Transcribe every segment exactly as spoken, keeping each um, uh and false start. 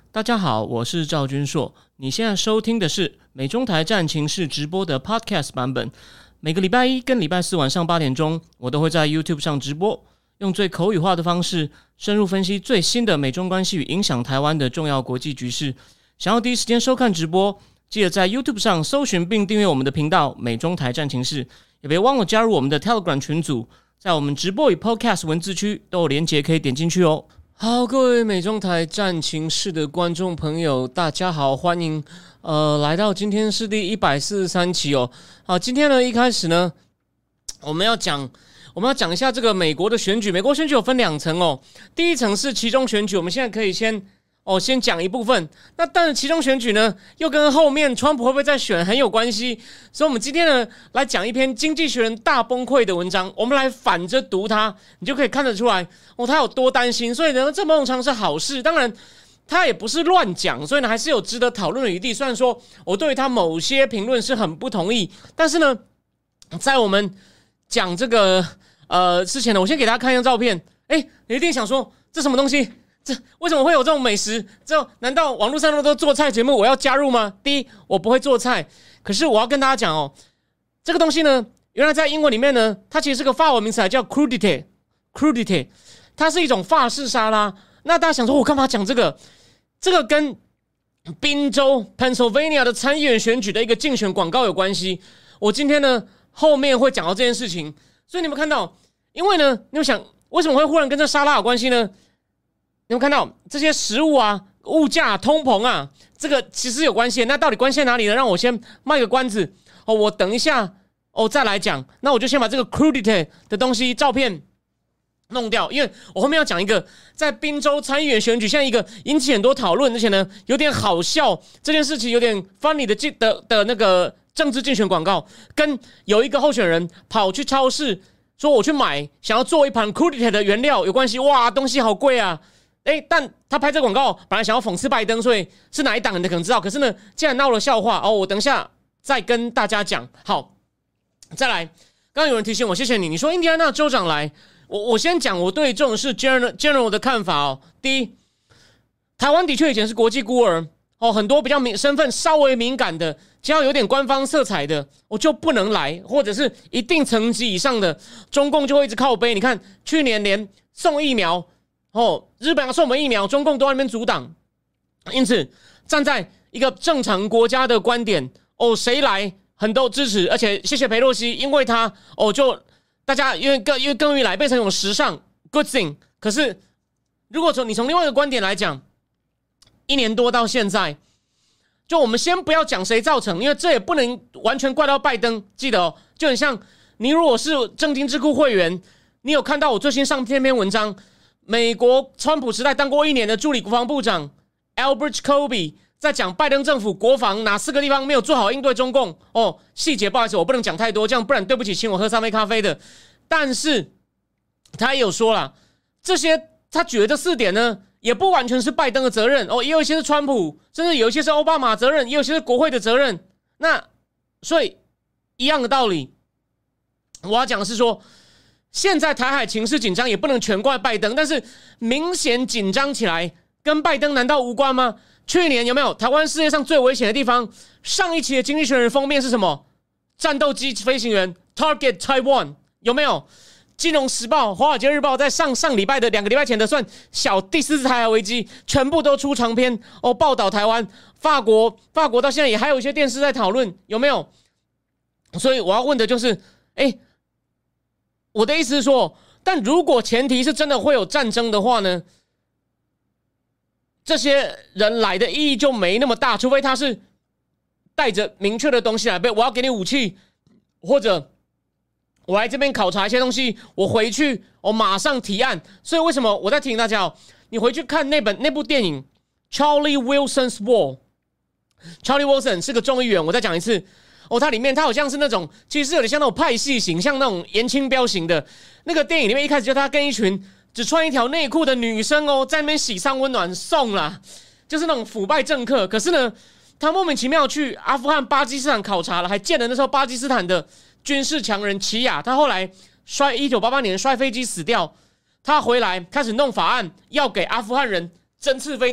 大家好，我是赵君硕。你现在收听的是美中台战情室直播的 Podcast 版本。每个礼拜一跟礼拜四晚上八点钟，我都会在 YouTube 上直播，用最口语化的方式，深入分析最新的美中关系与影响台湾的重要国际局势。想要第一时间收看直播，记得在 YouTube 上搜寻并订阅我们的频道美中台战情室，也别忘了加入我们的 Telegram 群组，在我们直播与 Podcast 文字区都有连结可以点进去哦。好，各位美中台战情室的观众朋友，大家好，欢迎呃来到今天是第一百四十三期哦。好，今天呢一开始呢，我们要讲我们要讲一下这个美国的选举。美国选举有分两层哦，第一层是期中选举，我们现在可以先哦先讲一部分。那但是期中选举呢，又跟后面川普会不会再选很有关系，所以我们今天呢来讲一篇《经济学人》大崩溃的文章，我们来反着读它，你就可以看得出来哦，他有多担心。所以呢，这某种程度是好事，当然他也不是乱讲，所以呢还是有值得讨论的余地。虽然说我对于他某些评论是很不同意，但是呢，在我们讲这个呃之前呢，我先给大家看一张照片。哎，你一定想说这什么东西？这为什么会有这种美食？这难道网络上都做菜节目，我要加入吗？第一，我不会做菜，可是我要跟大家讲哦，这个东西呢，原来在英文里面呢，它其实是个法文名词，叫 crudité，crudité， 它是一种法式沙拉。那大家想说，我干嘛讲这个？这个跟宾州 Pennsylvania 的参议员选举的一个竞选广告有关系。我今天呢后面会讲到这件事情，所以你们看到，因为呢，你们想为什么会忽然跟这沙拉有关系呢？你们看到这些食物啊、物价、通膨啊，这个其实有关系。那到底关系在哪里呢？让我先卖个关子哦，我等一下哦再来讲。那我就先把这个 crudité 的东西照片弄掉，因为我后面要讲一个在宾州参议员选举现在一个引起很多讨论，而且呢有点好笑，这件事情有点 funny 的的的那个政治竞选广告，跟有一个候选人跑去超市说我去买想要做一盘 crudité 的原料有关系。哇，东西好贵啊！哎，但他拍这个广告本来想要讽刺拜登，所以是哪一党人的可能知道。可是呢，既然闹了笑话哦，我等一下再跟大家讲。好，再来，刚刚有人提醒我，谢谢你。你说印第安纳州长来，我我先讲我对这种事 general general 的看法哦。第一，台湾的确以前是国际孤儿哦，很多比较敏身份稍微敏感的，只要有点官方色彩的，我就不能来，或者是一定层级以上的，中共就会一直靠背。你看去年连送疫苗。哦，日本要送我们疫苗，中共都在那边阻挡，因此站在一个正常国家的观点，哦，谁来很多支持，而且谢谢裴洛西，因为他哦，就大家因为更因为更容易来变成一种时尚 good thing。可是如果从你从另外一个观点来讲，一年多到现在，就我们先不要讲谁造成，因为这也不能完全怪到拜登。记得哦，就很像你如果是正经智库会员，你有看到我最新上这篇文章。美国川普时代当过一年的助理国防部长 Albert Kobe 在讲拜登政府国防哪四个地方没有做好应对中共哦，细节不好意思我不能讲太多，这样不然对不起请我喝三杯咖啡的。但是他也有说啦，这些他举的这四点呢，也不完全是拜登的责任哦，也有一些是川普，甚至有一些是奥巴马责任，也有一些是国会的责任。那所以一样的道理，我要讲的是说。现在台海情势紧张，也不能全怪拜登，但是明显紧张起来，跟拜登难道无关吗？去年有没有台湾世界上最危险的地方？上一期的《经济学人》封面是什么？战斗机飞行员 Target Taiwan 有没有？金融时报、华尔街日报在上上礼拜的两个礼拜前的算小第四次台海危机，全部都出长篇哦，报道台湾。法国法国到现在也还有一些电视在讨论，有没有？所以我要问的就是，哎。我的意思是说，但如果前提是真的会有战争的话呢，这些人来的意义就没那么大，除非他是带着明确的东西来，比如我要给你武器，或者我来这边考察一些东西，我回去我马上提案。所以为什么我在提醒大家哦，你回去看那本那部电影《Charlie Wilson's War》，Charlie Wilson 是个众议员，我再讲一次。哦，它里面它好像是那种，其实有点像那种派系型，像那种严清标型的那个电影里面，一开始就他跟一群只穿一条内裤的女生哦，在那边喜上温暖送啦，就是那种腐败政客。可是呢，他莫名其妙去阿富汗、巴基斯坦考察了，还见了那时候巴基斯坦的军事强人齐亚。他后来摔一九八八年摔飞机死掉，他回来开始弄法案，要给阿富汗人针刺飞弹，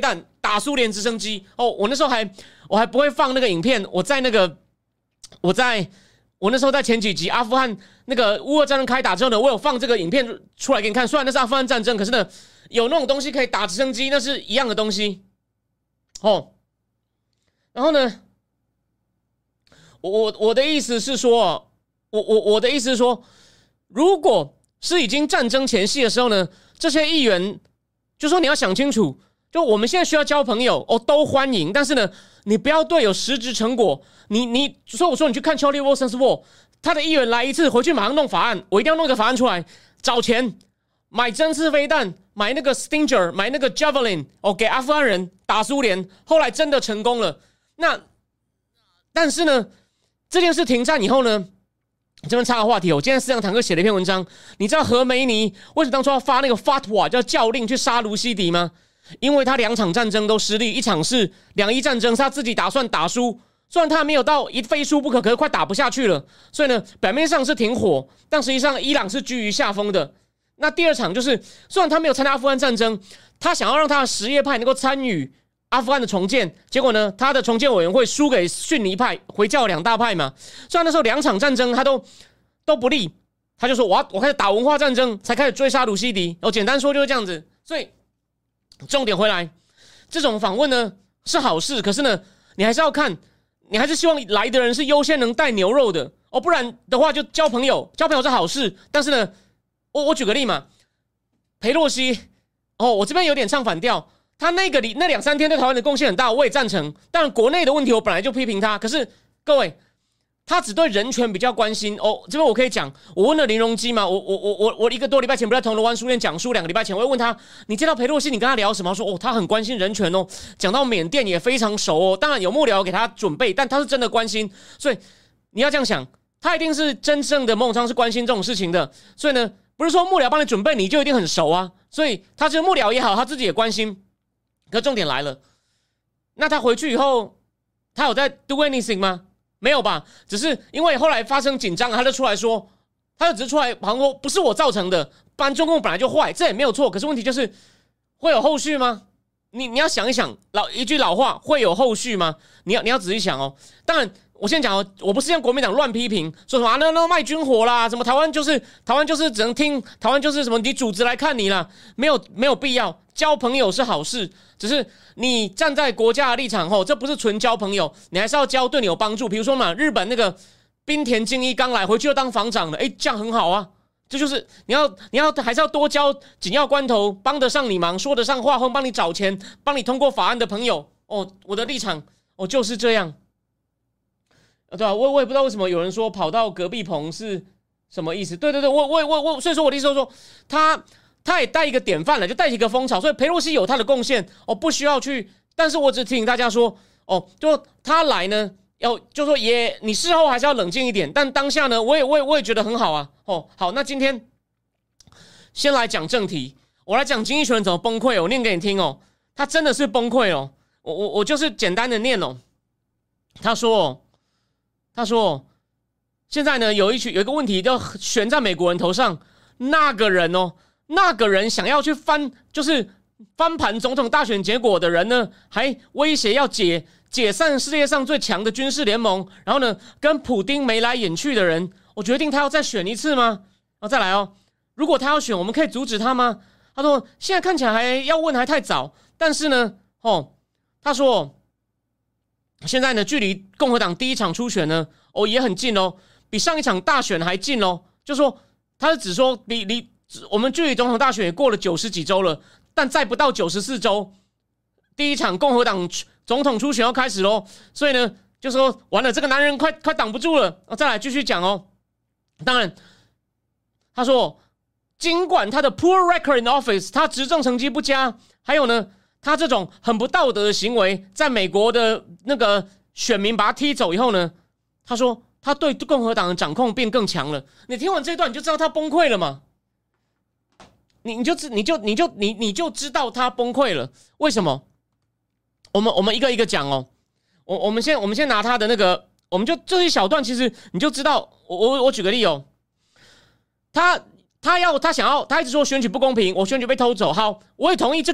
打苏联直升机哦。我那时候还我还不会放那个影片，我在那个我在我那时候在前几集阿富汗那个乌俄战争开打之后呢，我有放这个影片出来给你看。虽然那是阿富汗战争，可是呢有那种东西可以打直升机，那是一样的东西哦。然后呢，我我我的意思是说，我我我的意思是说，如果是已经战争前夕的时候呢，这些议员就说你要想清楚，就我们现在需要交朋友哦，都欢迎，但是呢，你不要对有实质成果，你你所以我说你去看 Charlie Wilson's War， 他的议员来一次，回去马上弄法案，我一定要弄一个法案出来，找钱买针刺飞弹，买那个 Stinger， 买那个 Javelin， 哦，给阿富汗人打苏联，后来真的成功了。那但是呢，这件事停战以后呢？这边插个话题，我今天思想坦克写了一篇文章，你知道何梅尼为什么当初要发那个 fatwa 叫教令去杀卢西迪吗？因为他两场战争都失利，一场是两伊战争，是他自己打算打输，虽然他没有到一非输不可，可是快打不下去了，所以呢，表面上是停火，但实际上伊朗是居于下风的。那第二场就是，虽然他没有参加阿富汗战争，他想要让他的什叶派能够参与阿富汗的重建，结果呢，他的重建委员会输给逊尼派，回教两大派嘛。虽然那时候两场战争他都都不利，他就说我要我开始打文化战争，才开始追杀鲁西迪。哦，简单说就是这样子。所以重点回来，这种访问呢是好事，可是呢，你还是要看，你还是希望来的人是优先能带牛肉的哦，不然的话就交朋友，交朋友是好事，但是呢，我我举个例嘛，裴洛西，哦，我这边有点唱反调。他那个里那两三天对台湾的贡献很大，我也赞成。当然，国内的问题我本来就批评他，可是各位，他只对人权比较关心哦。这边我可以讲，我问了林荣基嘛，我我我我我一个多礼拜前不在铜锣湾书店讲书，两个礼拜前我会问他，你见到裴洛西，你跟他聊什么？他说哦，他很关心人权哦，讲到缅甸也非常熟哦。当然有幕僚给他准备，但他是真的关心，所以你要这样想，他一定是真正的孟昌是关心这种事情的。所以呢，不是说幕僚帮你准备你就一定很熟啊。所以他这个幕僚也好，他自己也关心。可重点来了，那他回去以后，他有在 do anything 吗？没有吧，只是因为后来发生紧张，他就出来说，他就只是出来好像说不是我造成的，不然中共本来就坏，这也没有错。可是问题就是会有后续吗？你你要想一想，老一句老话，会有后续吗？你要你要仔细想哦。当然，我先讲哦，我不是像国民党乱批评，说什么啊那那卖军火啦，什么台湾就是台湾就是只能听台湾就是什么你主子来看你啦，没有没有必要。交朋友是好事，只是你站在国家的立场后，这不是纯交朋友，你还是要交对你有帮助。比如说嘛，日本那个滨田敬一刚来，回去就当防长了，哎，这样很好啊。这就是你要你要还是要多交紧要关头帮得上你忙、说得上话或帮你找钱、帮你通过法案的朋友。哦，我的立场哦就是这样。对吧、啊？我我也不知道为什么有人说跑到隔壁棚是什么意思。对对对，我我我我，所以说我的意思就是说他。他也带一个典范了，就带起一个风潮，所以裴洛西有他的贡献哦，不需要去。但是我只提醒大家说，哦，就他来呢，要就说也，你事后还是要冷静一点。但当下呢，我也我也我也觉得很好啊。哦，好，那今天先来讲正题，我来讲经济学人怎么崩溃，我念给你听哦。他真的是崩溃哦，我我我就是简单的念哦。他说，他说，现在呢有一群有一个问题就悬在美国人头上，那个人哦。那个人想要去翻，就是翻盘总统大选结果的人呢，还威胁要解解散世界上最强的军事联盟。然后呢，跟普丁眉来眼去的人，我决定他要再选一次吗？然后再来哦，如果他要选，我们可以阻止他吗？他说现在看起来还要问还太早，但是呢，哦，他说现在呢，距离共和党第一场初选呢，哦也很近哦，比上一场大选还近哦。就说他是只说比离。我们距离总统大选也过了九十几周了，但再不到九十四周，第一场共和党总统初选要开始喽。所以呢，就说完了，这个男人快快挡不住了。再来继续讲哦。当然，他说，尽管他的 poor record in office， 他执政成绩不佳，还有呢，他这种很不道德的行为，在美国的那个选民把他踢走以后呢，他说他对共和党的掌控变更强了。你听完这段，你就知道他崩溃了嘛。你你就知你就你就你你就知道他崩溃了，为什么？我们我们一个一个讲哦。我我们先我们先拿他的那个，我们就这一小段，其实你就知道。我我我举个例哦，他他要他想要他一直说选举不公平，我选举被偷走。好，我也同意这个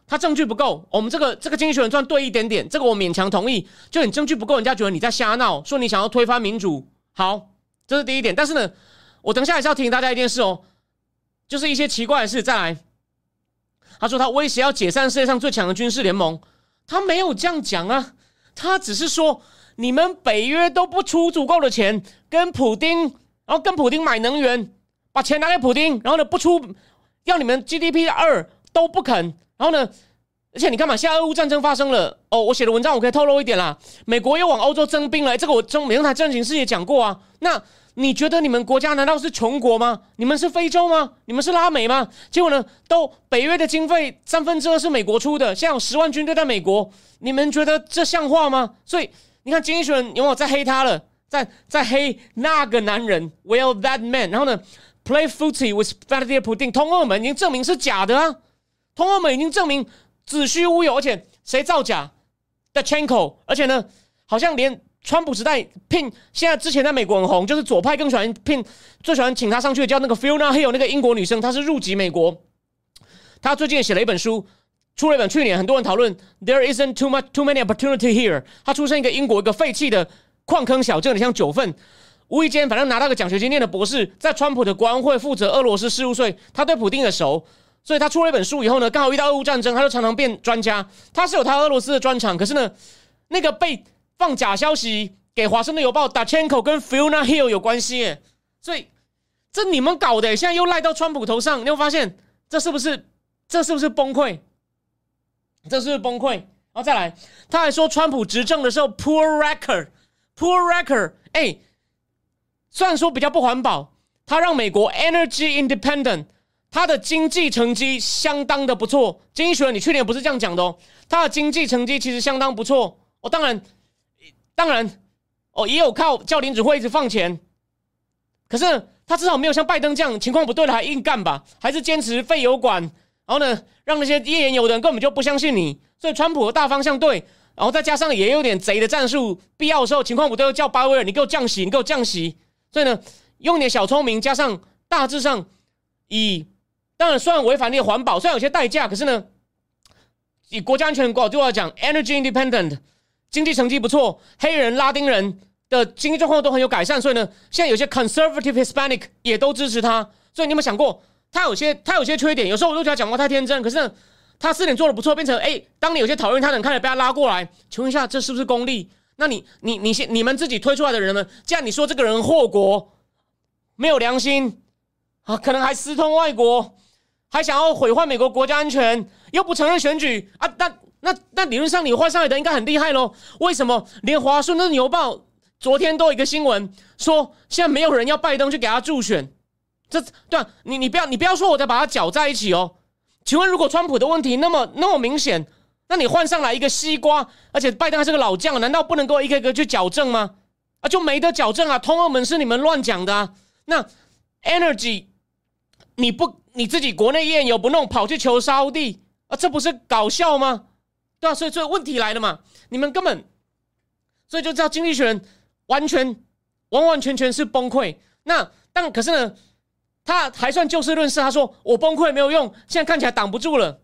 他证据不够，我们这个这个经济学人算对一点点，这个我勉强同意。就你证据不够，人家觉得你在瞎闹，说你想要推翻民主。好，这是第一点。但是呢，我等一下还是要提醒大家一件事哦，就是一些奇怪的事。再来，他说他威胁要解散世界上最强的军事联盟，他没有这样讲啊，他只是说你们北约都不出足够的钱跟普丁，然后跟普丁买能源，把钱拿给普丁，然后呢不出，要你们 G D P 二都不肯。然后呢，而且你看嘛，现在俄乌战争发生了哦，我写的文章我可以透露一点啦，美国又往欧洲征兵了，这个我中美中台战情室也讲过啊。那你觉得你们国家难道是穷国吗？你们是非洲吗？你们是拉美吗？结果呢，都北约的经费三分之二是美国出的，现在有十万军队在美国，你们觉得这像话吗？所以你看，经济学人有没有在黑他了？在在黑那个男人 ，Well that man。然后呢 ，Play footsie with Vladimir Putin， 通俄门已经证明是假的啊。通俄门已经证明子虚乌有，而且谁造假 ？Dachenko， 而且呢，好像连川普时代聘，现在之前在美国很红，就是左派更喜欢聘，最喜欢请他上去的叫那个 Fiona Hill 那个英国女生，她是入籍美国。她最近也写了一本书，出了一本，去年很多人讨论 There isn't too much too many opportunity here。她出生一个英国一个废弃的矿坑小镇，像九份。无意间反正拿到个奖学金念的博士，在川普的国安会负责俄罗斯事务，所以他对普丁的熟。所以他出了一本书以后呢，刚好遇到俄乌战争，他就常常变专家。他是有他俄罗斯的专长，可是呢，那个被放假消息给华盛顿邮报 Dachenko 跟 Fiona Hill 有关系耶，所以这你们搞的，现在又赖到川普头上，你有发现这是不是这是不是崩溃？这是不是崩溃？然后再来，他还说川普执政的时候 poor record poor record， 哎，虽然说比较不环保，他让美国 energy independent。他的经济成绩相当的不错，经济学人你去年不是这样讲的哦，他的经济成绩其实相当不错哦，当然，当然哦，也有靠叫联准会一直放钱，可是他至少没有像拜登这样情况不对了还硬干吧，还是坚持废油管，然后呢，让那些页岩油的人根本就不相信你，所以川普的大方向对，然后再加上也有点贼的战术，必要的时候情况不对，叫鲍威尔你给我降息，你给我降息，所以呢，用点小聪明，加上大致上以。当然，虽然违反那个环保，虽然有些代价，可是呢，以国家安全角度来讲 ，energy independent， 经济成绩不错，黑人、拉丁人的经济状况都很有改善，所以呢，现在有些 conservative Hispanic 也都支持他。所以你有没有想过，他有些他有些缺点，有时候我都觉得讲话太天真，可是呢，他四点做的不错，变成哎，当你有些讨厌他的人看了被他拉过来，请问一下，这是不是功利？那你你你你们自己推出来的人们，既然你说这个人祸国，没有良心啊，可能还私通外国。还想要毁坏美国国家安全，又不承认选举啊？那那那理论上你换上来的应该很厉害咯？为什么连华盛顿邮报昨天都有一个新闻说，现在没有人要拜登去给他助选？这对啊，你你不要你不要说我再把它搅在一起哦。请问，如果川普的问题那么那么明显，那你换上来一个西瓜，而且拜登还是个老将，难道不能够一个一个去矫正吗？啊，就没得矫正啊！通俄门是你们乱讲的啊。那 energy 你不。你自己国内页岩油不弄，跑去求沙烏地啊，这不是搞笑吗？对啊，所以所以问题来了嘛，你们根本，所以就知道经济学人完全完完全全是崩溃。那但可是呢，他还算就事论事，他说我崩溃没有用，现在看起来挡不住了。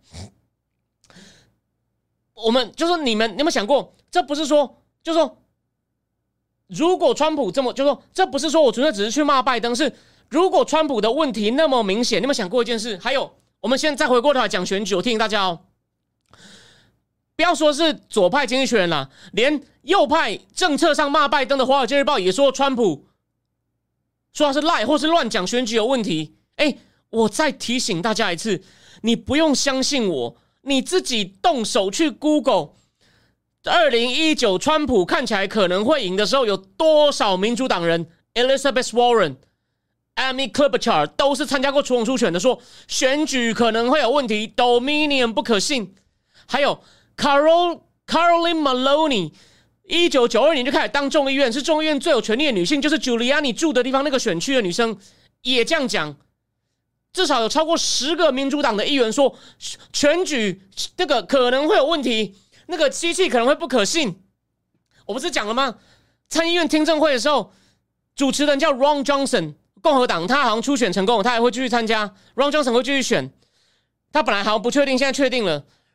我们就说你们，你有没有想过，这不是说，就说如果川普这么，就说这不是说我纯粹只是去骂拜登，是。如果川普的问题那么明显，你有没有想过一件事？还有，我们现在再回过头来讲选举，我提醒大家哦，不要说是左派经济学人啦，连右派政策上骂拜登的《华尔街日报》也说川普说他是赖或是乱讲选举有问题。哎，我再提醒大家一次，你不用相信我，你自己动手去 Google。二零一九川普看起来可能会赢的时候，有多少民主党人 Elizabeth Warren。Amy Klobuchar 都是参加过总统初选的，说选举可能会有问题 ，Dominion 不可信。还有 Carol Caroline Maloney， 一九九二年就开始当众议院，是众议院最有权力的女性，就是 Giuliani 住的地方那个选区的女生，也这样讲。至少有超过十个民主党的议员说，选举这个可能会有问题，那个机器可能会不可信。我不是讲了吗？参议院听证会的时候，主持人叫 Ron Johnson。共和党他好像初选成功，他还会继续参加。Ron Johnson 会继续选，他本来好像不确定，现在确定了。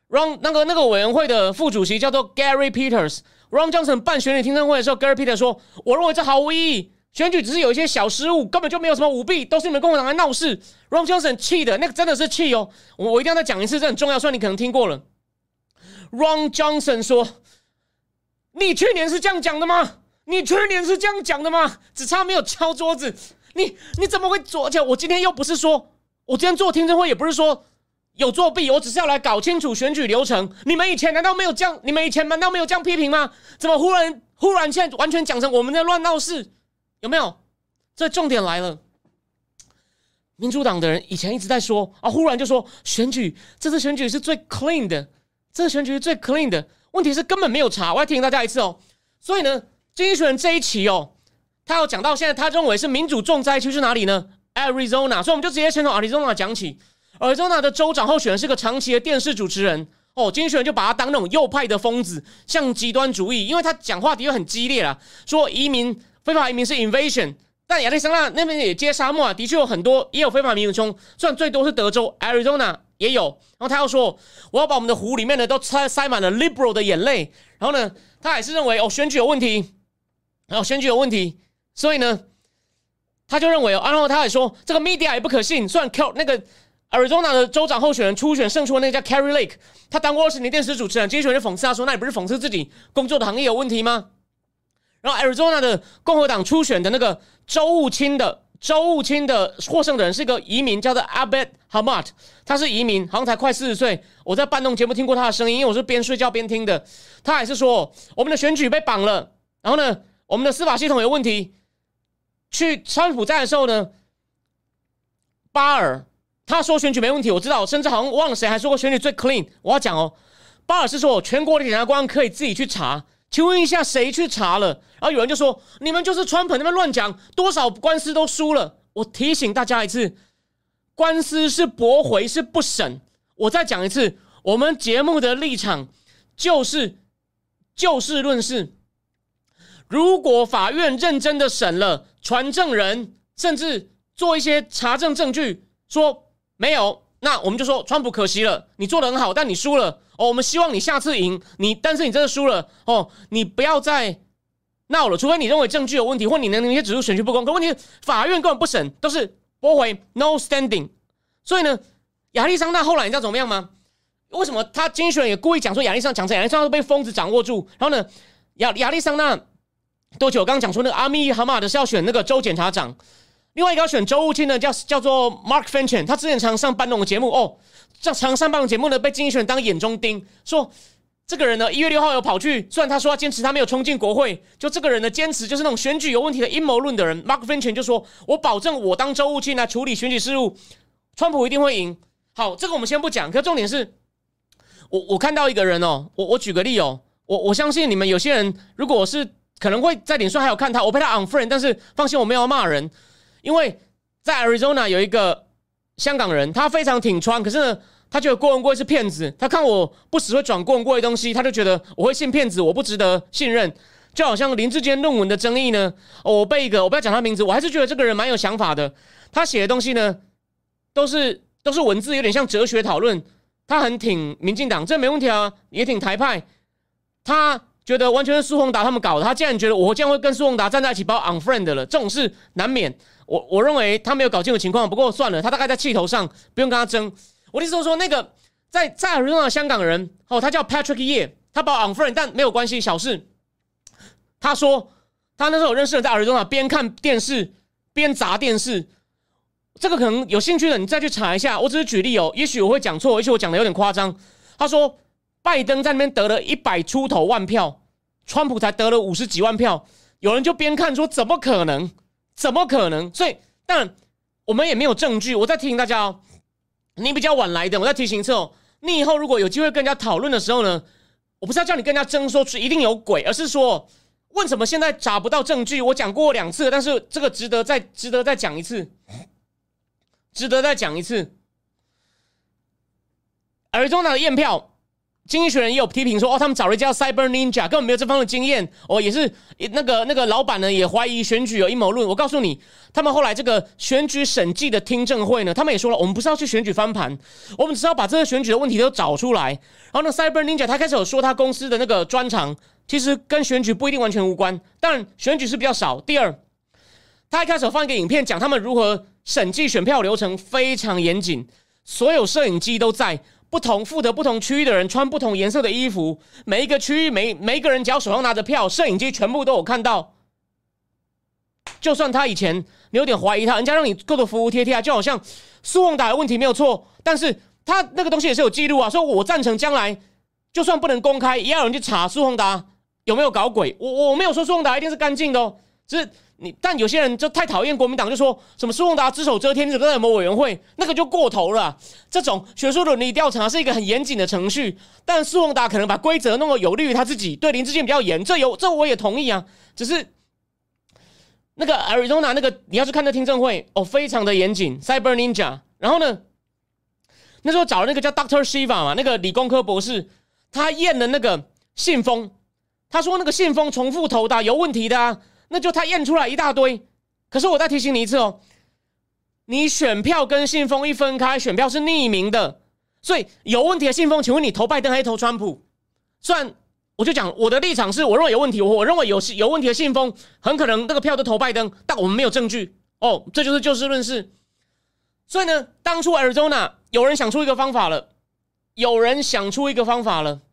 Ron 那个那个委员会的副主席叫做 Gary Peters。Ron Johnson 办选举听证会的时候 ，Gary Peters 说：“我认为这毫无意义，选举只是有一些小失误，根本就没有什么舞弊，都是你们共和党来闹事。” Ron Johnson 气的那个真的是气哦，我我一定要再讲一次，这很重要，虽然你可能听过了。Ron Johnson 说：“你去年是这样讲的吗？你去年是这样讲的吗？只差没有敲桌子，你你怎么会做？而且我今天又不是说，我今天做听证会也不是说。”有作弊，我只是要来搞清楚选举流程。你们以前难道没有这样？你们以前难道没有这样批评吗？怎么忽然忽然现在完全讲成我们在乱闹事？有没有？这重点来了。民主党的人以前一直在说啊，忽然就说选举这次选举是最 clean 的，这次选举是最 clean 的。问题是根本没有查，我要提醒大家一次哦。所以呢，经济学人这一期哦，他有讲到现在他认为是民主重灾区是哪里呢 ？Arizona， 所以我们就直接先从 Arizona 讲起。Arizona 的州长候选人是个长期的电视主持人哦，经济学人就把他当那种右派的疯子，像极端主义，因为他讲话的确很激烈啦，说移民非法移民是 invasion， 但亚利桑那那边也接沙漠啊，的确有很多也有非法移民冲，虽然最多是德州 Arizona 也有，然后他又说我要把我们的湖里面的都塞塞满了 liberal 的眼泪，然后呢，他也是认为哦选举有问题，然后选举有问题，所以呢，他就认为哦，然后他也说这个 media 也不可信，虽然那个。Arizona 的州长候选人初选胜出的那个叫 Carrie Lake， 他当过二十年电视主持人，经济学人就讽刺他说：“那你不是讽刺自己工作的行业有问题吗？”然后 Arizona 的共和党初选的那个州务卿的州务卿的获胜的人是一个移民，叫做 Abed Hamad， 他是移民，好像才快四十岁。我在半弄节目听过他的声音，因为我是边睡觉边听的。他还是说我们的选举被绑了，然后呢，我们的司法系统有问题。去川普在的时候呢，巴尔。他说选举没问题，我知道，甚至好像忘了谁还说过选举最 clean。我要讲哦，巴尔是说全国的检察官可以自己去查，请问一下谁去查了？然后有人就说你们就是川普那边乱讲，多少官司都输了。我提醒大家一次，官司是驳回，是不审。我再讲一次，我们节目的立场就是就事论事。如果法院认真的审了，传证人甚至做一些查证证据，说。没有，那我们就说川普可惜了，你做得很好，但你输了哦。我们希望你下次赢，你但是你真的输了哦，你不要再闹了，除非你认为证据有问题，或你能那些指出选举不公。可问题是法院根本不审，都是驳回 no standing。所以呢，亚利桑那后来你知道怎么样吗？为什么他经济学人也故意讲说亚利桑那讲成亚利桑那被疯子掌握住？然后呢，亚亚利桑那多久？我刚刚讲说那个阿米哈马的是要选那个州检察长。另外一个要选州务卿的叫叫做 Mark Finchem， 他之前常上半农的节目哦，常上半农节目呢被经济学人当眼中钉，说这个人呢一月六号有跑去，虽然他说他坚持他没有冲进国会，就这个人的坚持就是那种选举有问题的阴谋论的人。Mark Finchem 就说，我保证我当州务卿来处理选举事务，川普一定会赢。好，这个我们先不讲，可重点是，我我看到一个人哦，我我举个例哦，我我相信你们有些人如果是可能会在脸书还有看他，我被他 unfriend， 但是放心我没有要骂人。因为在 Arizona 有一个香港人，他非常挺川，可是呢，他觉得郭文贵是骗子。他看我不时会转郭文贵的东西，他就觉得我会信骗子，我不值得信任。就好像林智坚论文的争议呢，哦、我被一个我不要讲他名字，我还是觉得这个人蛮有想法的。他写的东西呢，都是都是文字，有点像哲学讨论。他很挺民进党，这没问题啊，也挺台派。他觉得完全是苏宏达他们搞的，他竟然觉得我竟然会跟苏宏达站在一起，把我 unfriend 了，这种事难免。我我认为他没有搞清楚情况，不过算了，他大概在气头上，不用跟他争。我的意思是说，那个在在 Arizona 的香港人，哦，他叫 Patrick Ye， 他把我 unfriend， 但没有关系，小事。他说他那时候有认识人在 Arizona 边看电视边砸电视，这个可能有兴趣的你再去查一下。我只是举例哦，也许我会讲错，也许我讲的有点夸张。他说拜登在那边得了一百出头万票，川普才得了五十几万票，有人就边看说怎么可能？怎么可能？所以当然我们也没有证据。我再提醒大家哦，你比较晚来的，我再提醒一次哦，你以后如果有机会跟人家讨论的时候呢，我不是要叫你跟人家争说一定有鬼，而是说为什么现在找不到证据？我讲过两次，但是这个值得再值得再讲一次，值得再讲一次。Arizona 的验票经济学人也有批评说，哦，他们找了一家 Cyber Ninja， 根本没有这方面的经验，哦，也是那个那个老板呢也怀疑选举有阴谋论。我告诉你，他们后来这个选举审计的听证会呢，他们也说了，我们不是要去选举翻盘，我们只是要把这个选举的问题都找出来。然后呢 ，Cyber Ninja 他开始有说他公司的那个专长其实跟选举不一定完全无关，当然选举是比较少。第二，他一开始有放一个影片讲他们如何审计选票流程非常严谨，所有摄影机都在。不同负责不同区域的人穿不同颜色的衣服，每一个区域每每一个人只要手上拿着票，摄影机全部都有看到。就算他以前你有点怀疑他，人家让你过得服服帖帖啊，就好像苏宏达的问题没有错，但是他那个东西也是有记录啊，所以我赞成将来就算不能公开，也要有人去查苏宏达有没有搞鬼。我我没有说苏宏达一定是干净的哦，只是。你但有些人就太讨厌国民党，就说什么苏宏达只手遮天，你怎么在某委员会，那个就过头了啊。这种学术伦理调查是一个很严谨的程序，但苏宏达可能把规则弄得有利于他自己，对林智坚比较严，这有这我也同意啊。只是那个 Arizona 那个你要去看那听证会哦，非常的严谨 ，Cyber Ninja。然后呢，那时候找了那个叫 Doctor Shiva 嘛，那个理工科博士，他验了那个信封，他说那个信封重复投的、啊、有问题的啊。那就他验出来一大堆，可是我再提醒你一次哦，你选票跟信封一分开，选票是匿名的，所以有问题的信封，请问你投拜登还是投川普？虽然我就讲我的立场是我认为有问题，我认为有有问题的信封很可能那个票都投拜登，但我们没有证据哦，这就是就事论事。所以呢，当初 Arizona 有人想出一个方法了，有人想出一个方法了，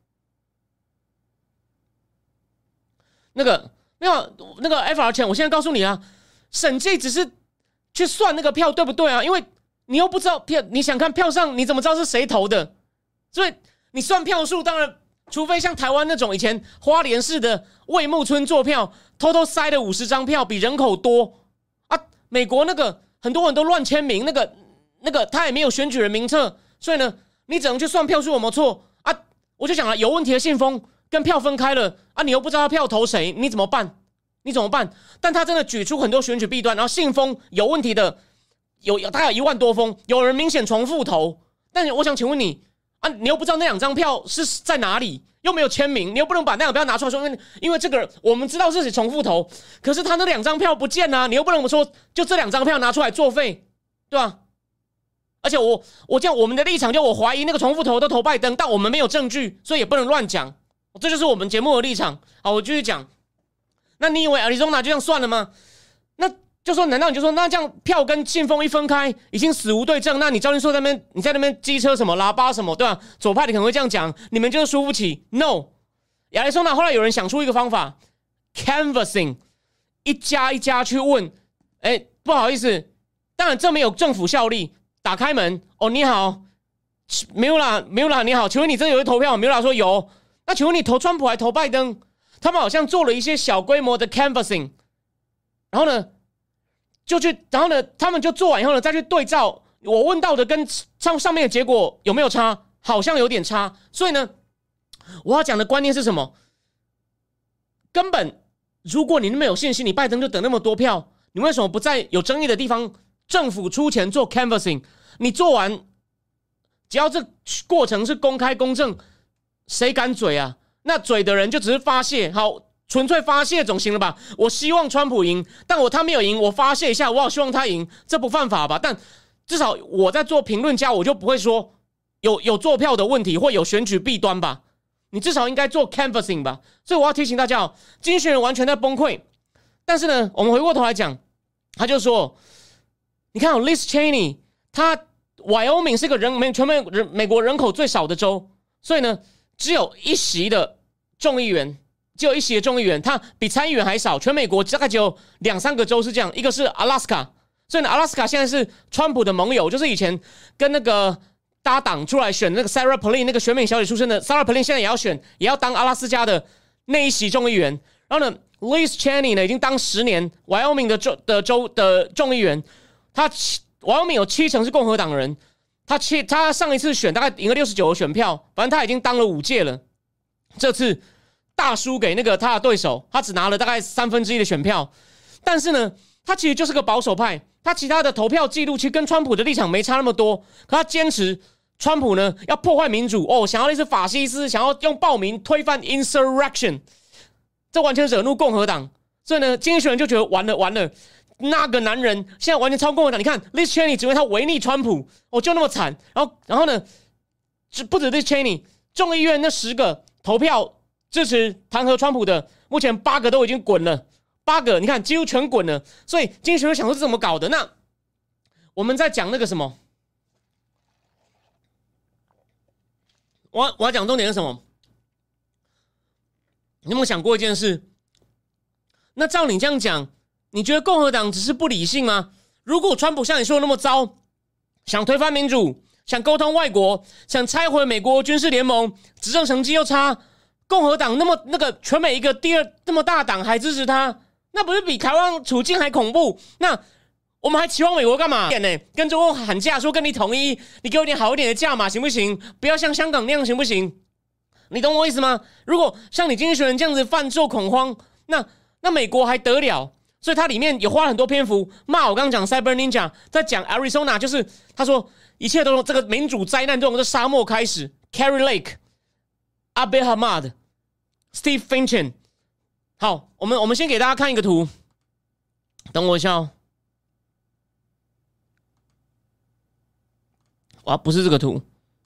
那个。没有那个 F R 钱，我现在告诉你啊，审计只是去算那个票对不对啊？因为你又不知道票，你想看票上你怎么知道是谁投的？所以你算票数，当然除非像台湾那种以前花莲市的魏木村做票，偷偷塞了五十张票，比人口多啊。美国那个很多人都乱签名，那个那个他也没有选举人名册，所以呢，你只能去算票数有没有错啊？我就讲了，有问题的信封。跟票分开了啊！你又不知道他票投谁，你怎么办？你怎么办？但他真的举出很多选举弊端，然后信封有问题的有大概有一万多封，有人明显重复投。但我想请问你啊，你又不知道那两张票是在哪里，又没有签名，你又不能把那两张票拿出来说，因为因为这个我们知道是谁重复投，可是他那两张票不见啊，你又不能说就这两张票拿出来作废，对吧？而且我我这样我们的立场就我怀疑那个重复投都投拜登，但我们没有证据，所以也不能乱讲。这就是我们节目的立场。好，我继续讲。那你以为 Arizona 就这样算了吗？那就说，难道你就说，那这样票跟信封一分开，已经死无对证？那你赵云硕在那边，你在那边机车什么喇叭什么，对吧？左派的可能会这样讲，你们就是输不起。No， Arizona 后来有人想出一个方法 ，canvassing， 一家一家去问。哎，不好意思，当然这没有政府效力。打开门，哦，你好，没有啦，没有啦，你好，请问你真的有去投票？没有啦，说有。那请问你投川普还投拜登？他们好像做了一些小规模的 canvassing， 然后呢，就去，然后呢，他们就做完以后呢，再去对照我问到的跟上上面的结果有没有差，好像有点差。所以呢，我要讲的观念是什么？根本，如果你那么有信心，你拜登就得那么多票，你为什么不在有争议的地方政府出钱做 canvassing？ 你做完，只要这过程是公开公正。谁敢嘴啊？那嘴的人就只是发泄，好，纯粹发泄总行了吧？我希望川普赢，但我他没有赢，我发泄一下，我好希望他赢，这不犯法吧？但至少我在做评论家，我就不会说有有做票的问题或有选举弊端吧？你至少应该做 canvassing 吧？所以我要提醒大家哦，经济学人完全在崩溃。但是呢，我们回过头来讲，他就说，你看哦 ，Liz Cheney， 他 Wyoming 是个人全美美国人口最少的州，所以呢。只有一席的众议员，只有一席的众议员，他比参议员还少。全美国大概只有两三个州是这样，一个是 Alaska， 所以呢 ，Alaska 现在是川普的盟友，就是以前跟那个搭档出来选那个 Sarah Palin 那个选美小姐出身的 Sarah Palin， 现在也要选，也要当阿拉斯加的那一席众议员。然后呢 ，Liz Cheney 呢已经当十年 Wyoming 的州的州的众议员，他 Wyoming 有七成是共和党人。他, 他上一次选大概赢了六十九个选票，反正他已经当了五届了。这次大输给那个他的对手，他只拿了大概三分之一的选票。但是呢，他其实就是个保守派，他其他的投票记录其实跟川普的立场没差那么多，可他坚持川普呢要破坏民主哦，想要类似法西斯，想要用暴民推翻 insurrection， 这完全惹怒共和党。所以呢，经济学人就觉得完了完了，那个男人现在完全超共和党。你看 Liz Cheney 只因为他违逆川普，哦就那么惨。然后然后呢，不止 Liz Cheney， 众议院那十个投票支持弹劾川普的，目前八个都已经滚了，八个你看几乎全滚了。所以经济学人想说是怎么搞的？那我们在讲那个什么，我我要讲重点是什么？你有没有想过一件事？那照你这样讲，你觉得共和党只是不理性吗？如果川普像你说的那么糟，想推翻民主，想沟通外国，想拆毁美国军事联盟，执政成绩又差，共和党那么那个全美一个第二那么大党还支持他，那不是比台湾处境还恐怖？那我们还期望美国干嘛？跟中共喊价说跟你统一，你给我点好一点的价码行不行？不要像香港那样行不行？你懂我意思吗？如果像你经济学人这样子犯受恐慌，那那美国还得了？所以他里面也花了很多篇幅骂我刚刚讲 Cyber Ninja， 在讲 Arizona， 就是他说一切都从这个民主灾难，都从这沙漠开始。Carrie Lake、Abe Hamad、Steve Finchen。好，我们我们先给大家看一个图，等我一下哦。哇，不是这个图。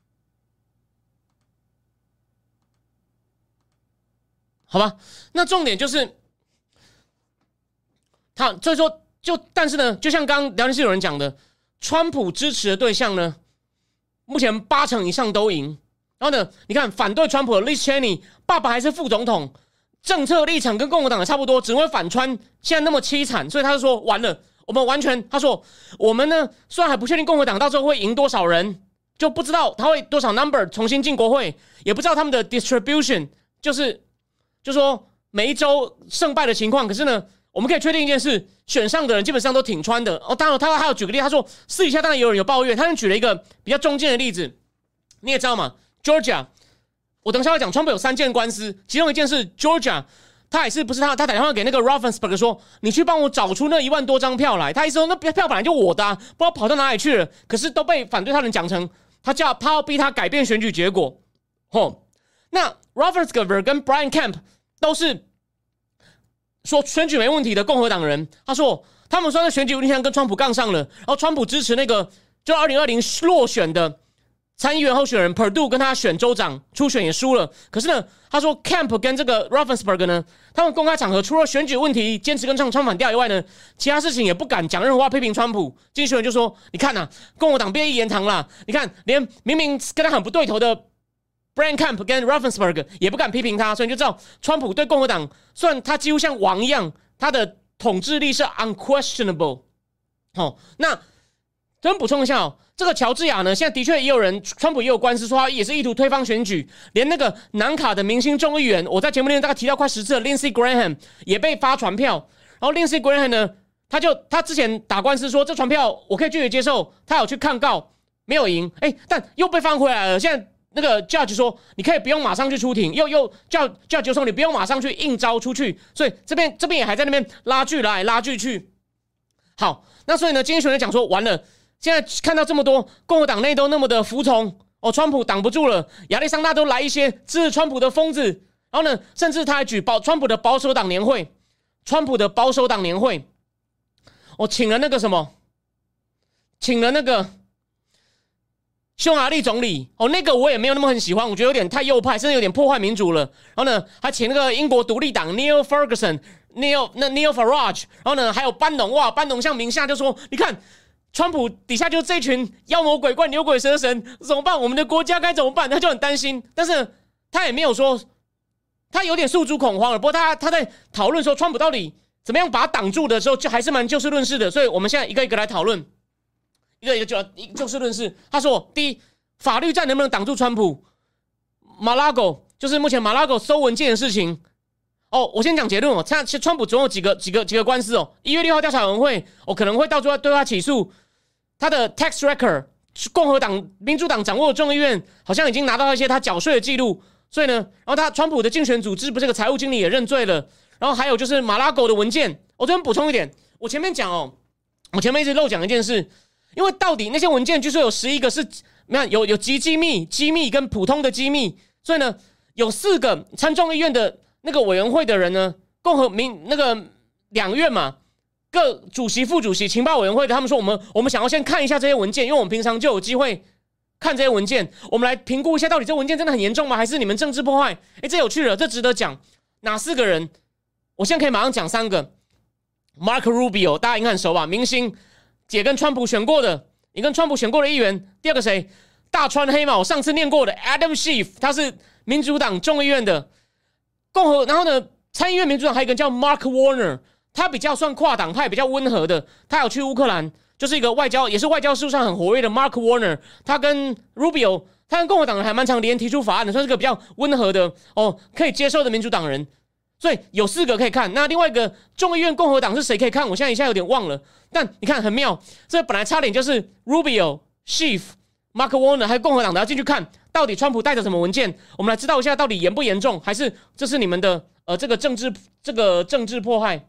好吧，那重点就是他，所以说就但是呢，就像刚刚聊天室有人讲的，川普支持的对象呢，目前八成以上都赢。然后呢，你看反对川普的 Liz Cheney， 爸爸还是副总统，政策立场跟共和党的差不多，只会反川，现在那么凄惨，所以他就说完了，我们完全他说我们呢，虽然还不确定共和党到最后会赢多少人，就不知道他会多少 number 重新进国会，也不知道他们的 distribution， 就是就说每一周胜败的情况。可是呢，我们可以确定一件事，选上的人基本上都挺川的。哦，当然他还有举个例，他说私底下当然有人有抱怨，他们举了一个比较中间的例子，你也知道嘛 ，Georgia， 我等一下会讲，川普有三件官司，其中一件是 Georgia， 他也是不是他，他打电话给那个 Raffensperger 说，你去帮我找出那一万多张票来，他意思说那票本来就我的、啊，不知道跑到哪里去了，可是都被反对他人讲成他叫他要逼他改变选举结果。哦，那 Raffensperger 跟 Brian Kemp 都是说选举没问题的共和党人，他说他们说在选举问题上跟川普杠上了，然后川普支持那个就二零二零落选的参议员候选人 Perdue 跟他选州长初选也输了。可是呢，他说 Kemp 跟这个 Raffensperger 呢，他们公开场合除了选举问题坚持跟唱唱反调以外呢，其他事情也不敢讲任何话批评川普。经济学人就说，你看啊，共和党变一言堂啦，你看连明明跟他很不对头的Brian Kemp 跟 Raffensperger 也不敢批评他，所以你就知道川普对共和党，虽然他几乎像王一样，他的统治力是 unquestionable。好，那这边补充一下哦，这个乔治亚呢，现在的确也有人，川普也有官司说他也是意图推翻选举，连那个南卡的明星众议员，我在节目里面大概提到快十次的 Lindsey Graham 也被发传票，然后 Lindsey Graham 呢，他就他之前打官司说这传票我可以拒绝接受，他有去抗告，没有赢，哎，但又被放回来了，现在。那个 judge 说，你可以不用马上去出庭，又又叫 judge 说你不用马上去应招出去，所以这边这边也还在那边拉锯来拉锯去。好，那所以呢，经济学人讲说，完了，现在看到这么多共和党内都那么的服从，哦，川普挡不住了，亚利桑那都来一些支持川普的疯子，然后呢，甚至他还举保川普的保守党年会，川普的保守党年会，我、哦、请了那个什么，请了那个。匈牙利总理哦，那个我也没有那么很喜欢，我觉得有点太右派，甚至有点破坏民主了。然后呢，还请那个英国独立党 Neil Ferguson、Neil 那 Neil Farage， 然后呢还有班农，哇，班农像名下就说，你看川普底下就这群妖魔鬼怪、牛鬼蛇神，怎么办？我们的国家该怎么办？他就很担心，但是他也没有说，他有点诉诸恐慌了。不过他他在讨论说川普到底怎么样把他挡住的时候，就还是蛮就事论事的。所以我们现在一个一个来讨论。一个一个就就事论事，他说：第一，法律战能不能挡住川普？马拉狗就是目前马拉狗收文件的事情。哦，我先讲结论哦，他川普总有几个几个几个官司哦。一月六号调查委员会，哦可能会到最后对他起诉他的 tax record， 共和党、民主党掌握的众议院好像已经拿到一些他缴税的记录，所以呢，然后他川普的竞选组织不是个财务经理也认罪了。然后还有就是马拉狗的文件，我这边补充一点，我前面讲哦，我前面一直漏讲一件事。因为到底那些文件据说有十一个是你看有有极机密、机密跟普通的机密，所以呢，有四个参众议院的那个委员会的人呢，共和民那个两院嘛，各主席、副主席、情报委员会的，他们说我们我们想要先看一下这些文件，因为我们平常就有机会看这些文件，我们来评估一下到底这文件真的很严重吗？还是你们政治破坏？哎，这有趣了，这值得讲。哪四个人？我现在可以马上讲三个。Mark Rubio， 大家应该很熟吧？明星，也跟川普选过的，也跟川普选过的议员。第二个谁？大川黑马，我上次念过的 Adam Schiff， 他是民主党众议院的共和，然后呢，参议院民主党还有一个叫 Mark Warner， 他比较算跨党派，比较温和的，他有去乌克兰，就是一个外交，也是外交事务上很活跃的 Mark Warner， 他跟 Rubio， 他跟共和党人还蛮常联提出法案的，算是个比较温和的哦，可以接受的民主党人。所以有四个可以看，那另外一个众议院共和党是谁可以看？我现在一下有点忘了。但你看很妙，这本来差点就是 Rubio、Schiff、Mark Warner 还有共和党的要进去看，到底川普带着什么文件？我们来知道一下到底严不严重，还是这是你们的呃这个政治这个政治迫害？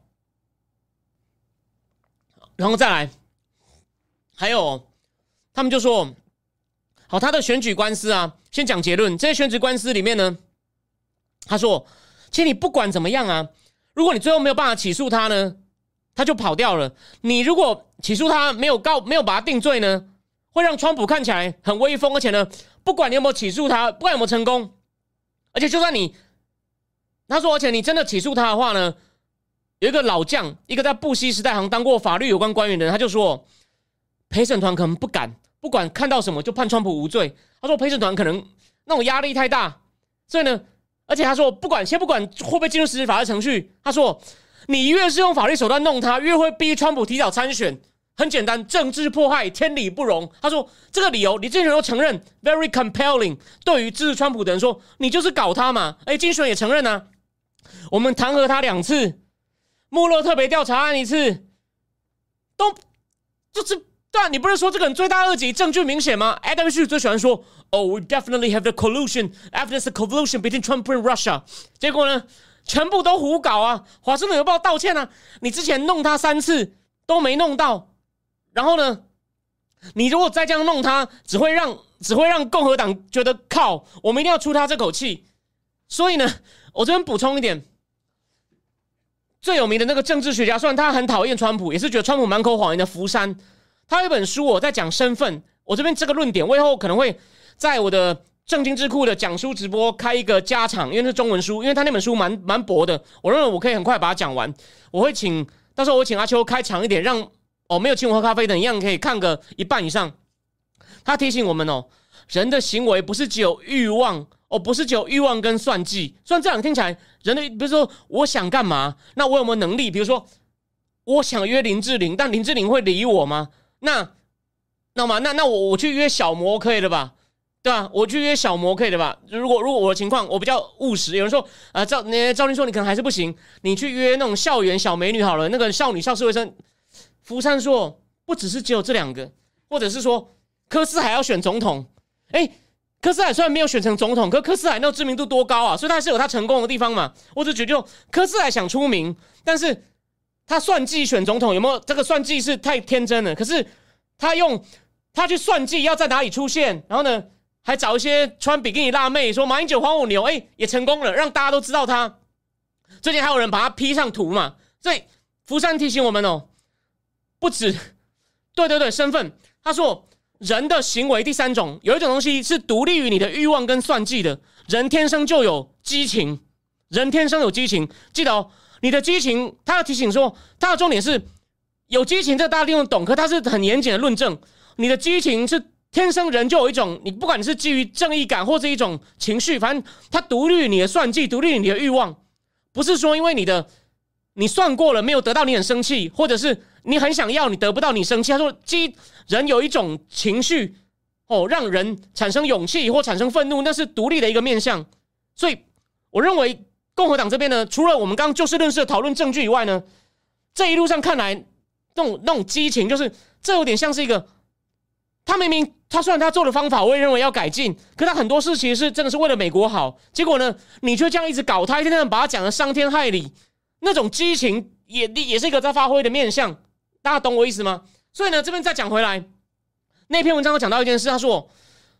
然后再来，还有他们就说，好，他的选举官司啊，先讲结论。这些选举官司里面呢，他说。其实你不管怎么样啊，如果你最后没有办法起诉他呢，他就跑掉了。你如果起诉他没有告没有把他定罪呢，会让川普看起来很威风，而且呢，不管你有没有起诉他，不管有没有成功，而且就算你，他说，而且你真的起诉他的话呢，有一个老将，一个在布希时代好像当过法律有关官员的人，他就说，陪审团可能不敢，不管看到什么就判川普无罪。他说陪审团可能那种压力太大，所以呢。而且他说，不管先不管会不会进入实质法律程序，他说，你越是用法律手段弄他，越会逼川普提早参选。很简单，政治迫害，天理不容。他说，这个理由你之前都承认 ，very compelling。对于支持川普的人说，你就是搞他嘛。哎，金选也承认啊，我们弹劾他两次，穆勒特别调查案一次，都就是对啊，你不是说这个人罪大恶极，证据明显吗 ？Adam Schiff 最喜欢说。Oh, we definitely have the collusion, evidence of collusion between Trump and Russia. 结果呢，全部都胡搞啊！华盛顿邮报道歉啊！你之前弄他三次都没弄到，然后呢，你如果再这样弄他，只会让只会让共和党觉得靠，我们一定要出他这口气。所以呢，我这边补充一点，最有名的那个政治学家，虽然他很讨厌川普，也是觉得川普满口谎言的福山，他有一本书我在讲身份。我这边这个论点，我以后可能会。在我的正经智库的讲书直播开一个加场，因为是中文书，因为他那本书蛮蛮薄的，我认为我可以很快把它讲完。我会请到时候我请阿秋开长一点，让哦没有请我喝咖啡的一样可以看个一半以上。他提醒我们哦，人的行为不是只有欲望哦，不是只有欲望跟算计。虽然这样听起来，人的比如说我想干嘛，那我有没有能力？比如说我想约林志玲，但林志玲会理我吗？那那么那那我我去约小魔可以了吧？对吧？我去约小魔可以的吧？如果如果我的情况我比较务实，有人说啊、呃，赵那赵林说你可能还是不行，你去约那种校园小美女好了，那个少女校事卫生。福山说不只是只有这两个，或者是说柯斯海要选总统，哎，柯斯海虽然没有选成总统，可柯斯海那知名度多高啊，所以他是有他成功的地方嘛。我只觉得柯斯海想出名，但是他算计选总统有没有这个算计是太天真了。可是他用他去算计要在哪里出现，然后呢？还找一些穿比基尼辣妹说马英九还我牛，哎、欸，也成功了，让大家都知道他。最近还有人把他 P 上图嘛，所以福山提醒我们哦，不止，对对对，身份。他说人的行为第三种，有一种东西是独立于你的欲望跟算计的，人天生就有激情，人天生有激情。记得哦，你的激情，他要提醒说，他的重点是有激情，这大家一定懂，可他是很严谨的论证，你的激情是。天生人就有一种，你不管你是基于正义感或者一种情绪，反正它独立于你的算计，独立于你的欲望，不是说因为你的你算过了没有得到你很生气，或者是你很想要你得不到你生气。他说，基人有一种情绪哦，让人产生勇气或产生愤怒，那是独立的一个面向。所以我认为共和党这边呢，除了我们刚刚就事论事的讨论证据以外呢，这一路上看来那种那种激情，就是这有点像是一个。他明明他虽然他做的方法我也认为要改进，可他很多事其实是真的是为了美国好，结果呢你却这样一直搞他，一天天把他讲得伤天害理，那种激情也也是一个在发挥的面向，大家懂我意思吗？所以呢这边再讲回来，那篇文章有讲到一件事，他说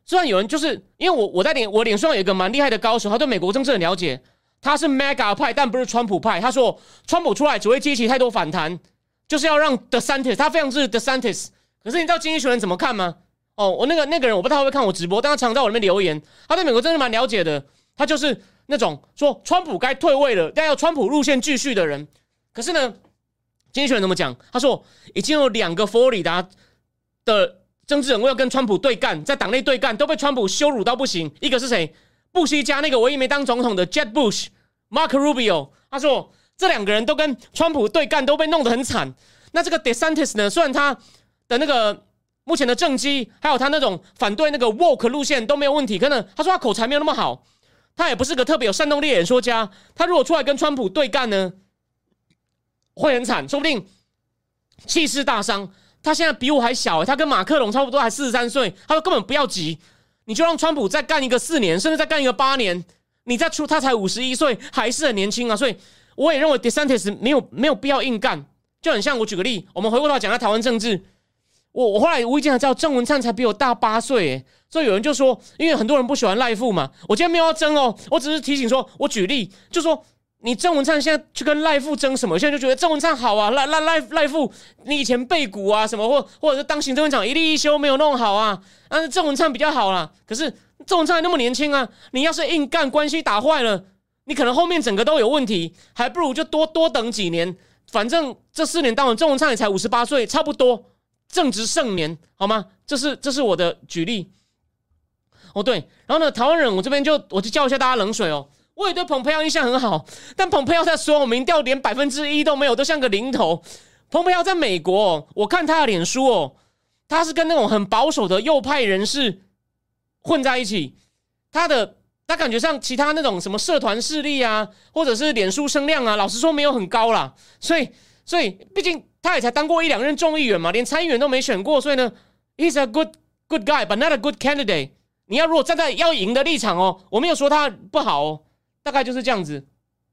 虽然有人就是因为我我在脸我脸书上有一个蛮厉害的高手，他对美国政治很了解，他是 mega 派，但不是川普派。他说川普出来只会激起太多反弹，就是要让 DeSantis， 他非常支持 DeSantis。可是你知道经济学人怎么看吗？哦，我那个那个人我不知道他会不会看我直播，但他常在我里面留言，他对美国政治蛮了解的。他就是那种说川普该退位了，但要川普路线继续的人。可是呢，经济学人怎么讲？他说已经有两个佛罗里达的政治人物要跟川普对干，在党内对干，都被川普羞辱到不行。一个是谁？布希加那个唯一没当总统的 Jeb Bush、Mark Rubio。他说这两个人都跟川普对干，都被弄得很惨。那这个 DeSantis 呢？虽然他的那个目前的政绩，还有他那种反对那个 woke 路线都没有问题，可能他说他口才没有那么好，他也不是个特别有煽动力的演说家。他如果出来跟川普对干呢，会很惨，说不定气势大伤。他现在比我还小，他跟马克龙差不多，还四十三岁。他说根本不要急，你就让川普再干一个四年，甚至再干一个八年，你再出他才五十一岁，还是很年轻啊。所以我也认为 DeSantis 没有没有必要硬干，就很像我举个例，我们回过头讲到台湾政治。我我后来无意间才知道郑文灿才比我大八岁，哎，所以有人就说，因为很多人不喜欢赖副嘛，我今天没有要争哦，我只是提醒说，我举例就说，你郑文灿现在去跟赖副争什么？现在就觉得郑文灿好啊，赖赖赖赖副，你以前背股啊什么，或或者是当行政院长一例一休没有弄好啊，但是郑文灿比较好啦。可是郑文灿还那么年轻啊，你要是硬干，关系打坏了，你可能后面整个都有问题，还不如就多多等几年，反正这四年当完郑文灿也才五十八岁，差不多。正值盛年，好吗？这是这是我的举例。哦，对，然后呢，台湾人，我这边就我就浇一下大家冷水哦。我也对蓬佩奥印象很好，但蓬佩奥在所有民调连百分之一都没有，都像个零头。蓬佩奥在美国哦，我看他的脸书哦，他是跟那种很保守的右派人士混在一起。他的他感觉上其他那种什么社团势力啊，或者是脸书声量啊，老实说没有很高啦。所以所以毕竟。他也才当过一两任众议员嘛，连参议员都没选过，所以呢 ，he's a good good guy, but not a good candidate。你要如果站在要赢的立场哦，我没有说他不好哦，大概就是这样子，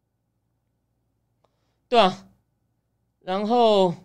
对啊。然后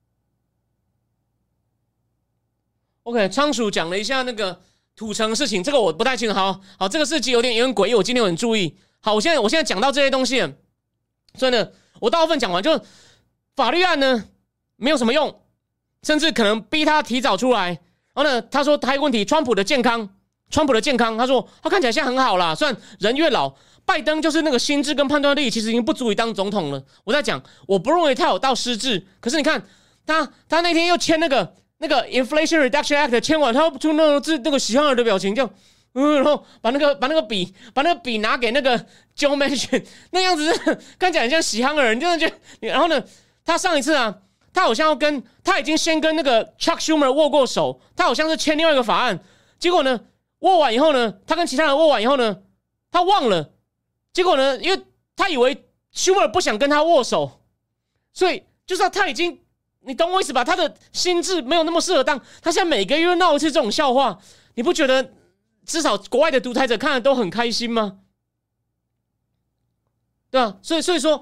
，OK， 仓鼠讲了一下那个土城的事情，这个我不太清楚。好，好，这个事情有点有点诡异，我今天有很注意。好，我现在我现在讲到这些东西了，所以呢，我大部分讲完，就法律案呢。没有什么用，甚至可能逼他提早出来。然后呢，他说还有问题，川普的健康，川普的健康，他说他看起来现在很好啦，虽然人越老，拜登就是那个心智跟判断力其实已经不足以当总统了。我在讲，我不认为他有到失智，可是你看他他那天又签那个那个 Inflation Reduction Act 签完，他又出那个那个喜憨儿的表情，就嗯，然后把那个把那个笔把那个笔拿给那个 Joe Manchin， 那样子看起来很像喜憨儿，你真的觉得？然后呢，他上一次啊。他好像要跟他已经先跟那个 Chuck Schumer 握过手，他好像是签另外一个法案，结果呢握完以后呢，他跟其他人握完以后呢，他忘了，结果呢，因为他以为 Schumer 不想跟他握手，所以就是他已经，你懂我意思吧？他的心智没有那么适合当，他现在每个月闹一次这种笑话，你不觉得至少国外的独裁者看了都很开心吗？对啊，所以所以说。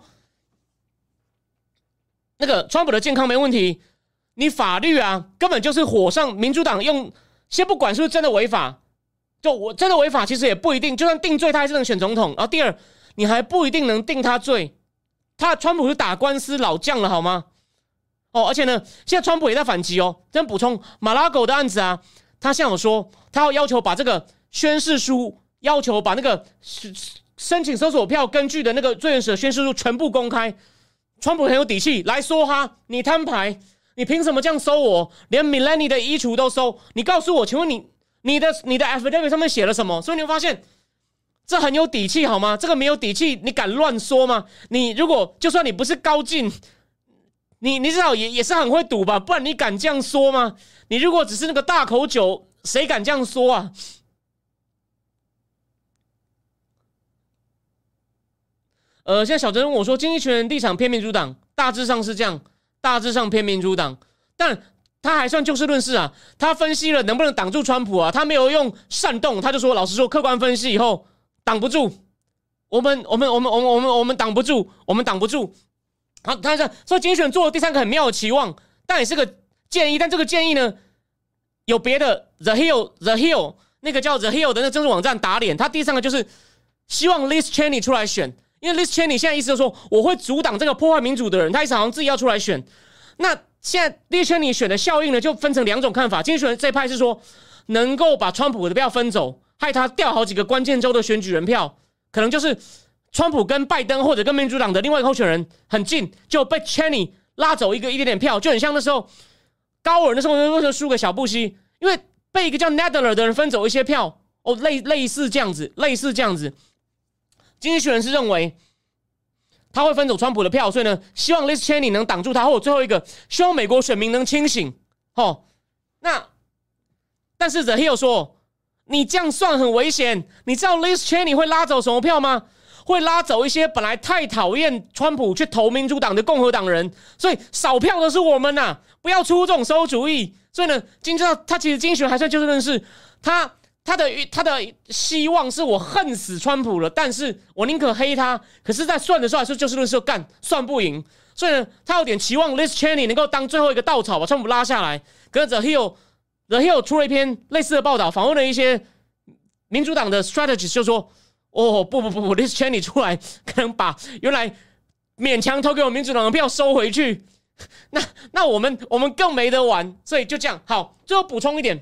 那个川普的健康没问题，你法律啊根本就是火上民主党用，先不管是不是真的违法，就我真的违法其实也不一定，就算定罪他还是能选总统。然后第二，你还不一定能定他罪，他川普是打官司老将了好吗？哦，而且呢，现在川普也在反击哦。真补充，马拉狗的案子啊，他现在有说他要要求把这个宣誓书，要求把那个申请搜索票根据的那个罪人的宣誓书全部公开。川普很有底气来说哈，你摊牌，你凭什么这样搜我？连 Melania 的衣橱都搜，你告诉我，请问你你的你的 affidavit 上面写了什么？所以你会发现，这很有底气好吗？这个没有底气，你敢乱说吗？你如果就算你不是高进，你你至少也也是很会赌吧？不然你敢这样说吗？你如果只是那个大口酒，谁敢这样说啊？呃，现在小珍问我说，经济学人立场偏民主党，大致上是这样，大致上偏民主党，但他还算就事论事啊。他分析了能不能挡住川普啊，他没有用煽动，他就说，老实说，客观分析以后挡不住，我们我们我们我们我们我们挡不住，我们挡不住。好，他说，所以经济学人做了第三个很妙的期望，但也是个建议，但这个建议呢，有别的 The Hill The Hill 那个叫 The Hill 的那个政治网站打脸。他第三个就是希望 Liz Cheney 出来选，因为 Liz Cheney 现在意思就是说我会阻挡这个破坏民主的人，他意思好像自己要出来选。那现在 Liz Cheney 选的效应呢，就分成两种看法。经济学人这一派是说能够把川普的票分走，害他掉好几个关键州的选举人票，可能就是川普跟拜登或者跟民主党的另外一个候选人很近，就被 Cheney 拉走一个一点点票，就很像那时候高尔那时候为什么输给小布希，因为被一个叫 Nadler 的人分走一些票，哦，类类似这样子，类似这样子。经济学人是认为他会分走川普的票，所以呢，希望 Liz Cheney 能挡住他，或者最后一个，希望美国选民能清醒。哦，那但是 The Hill 说，你这样算很危险。你知道 Liz Cheney 会拉走什么票吗？会拉走一些本来太讨厌川普去投民主党的共和党人，所以少票的是我们呐、啊，不要出这种馊主意。所以呢，经济他其实经济学还算就事论事，他他的他的希望是我恨死川普了，但是我宁可黑他。可是，在算的时候还是就事论事，干算不赢。所以呢，他有点期望 Liz Cheney 能够当最后一个稻草，把川普拉下来。可是 The Hill The Hill 出了一篇类似的报道，访问了一些民主党的 strategist， 就说。哦不不不不 ，Liz Cheney 出来可能把原来勉强投给我民主党的票收回去，那那我们我们更没得玩，所以就这样。好，最后补充一点，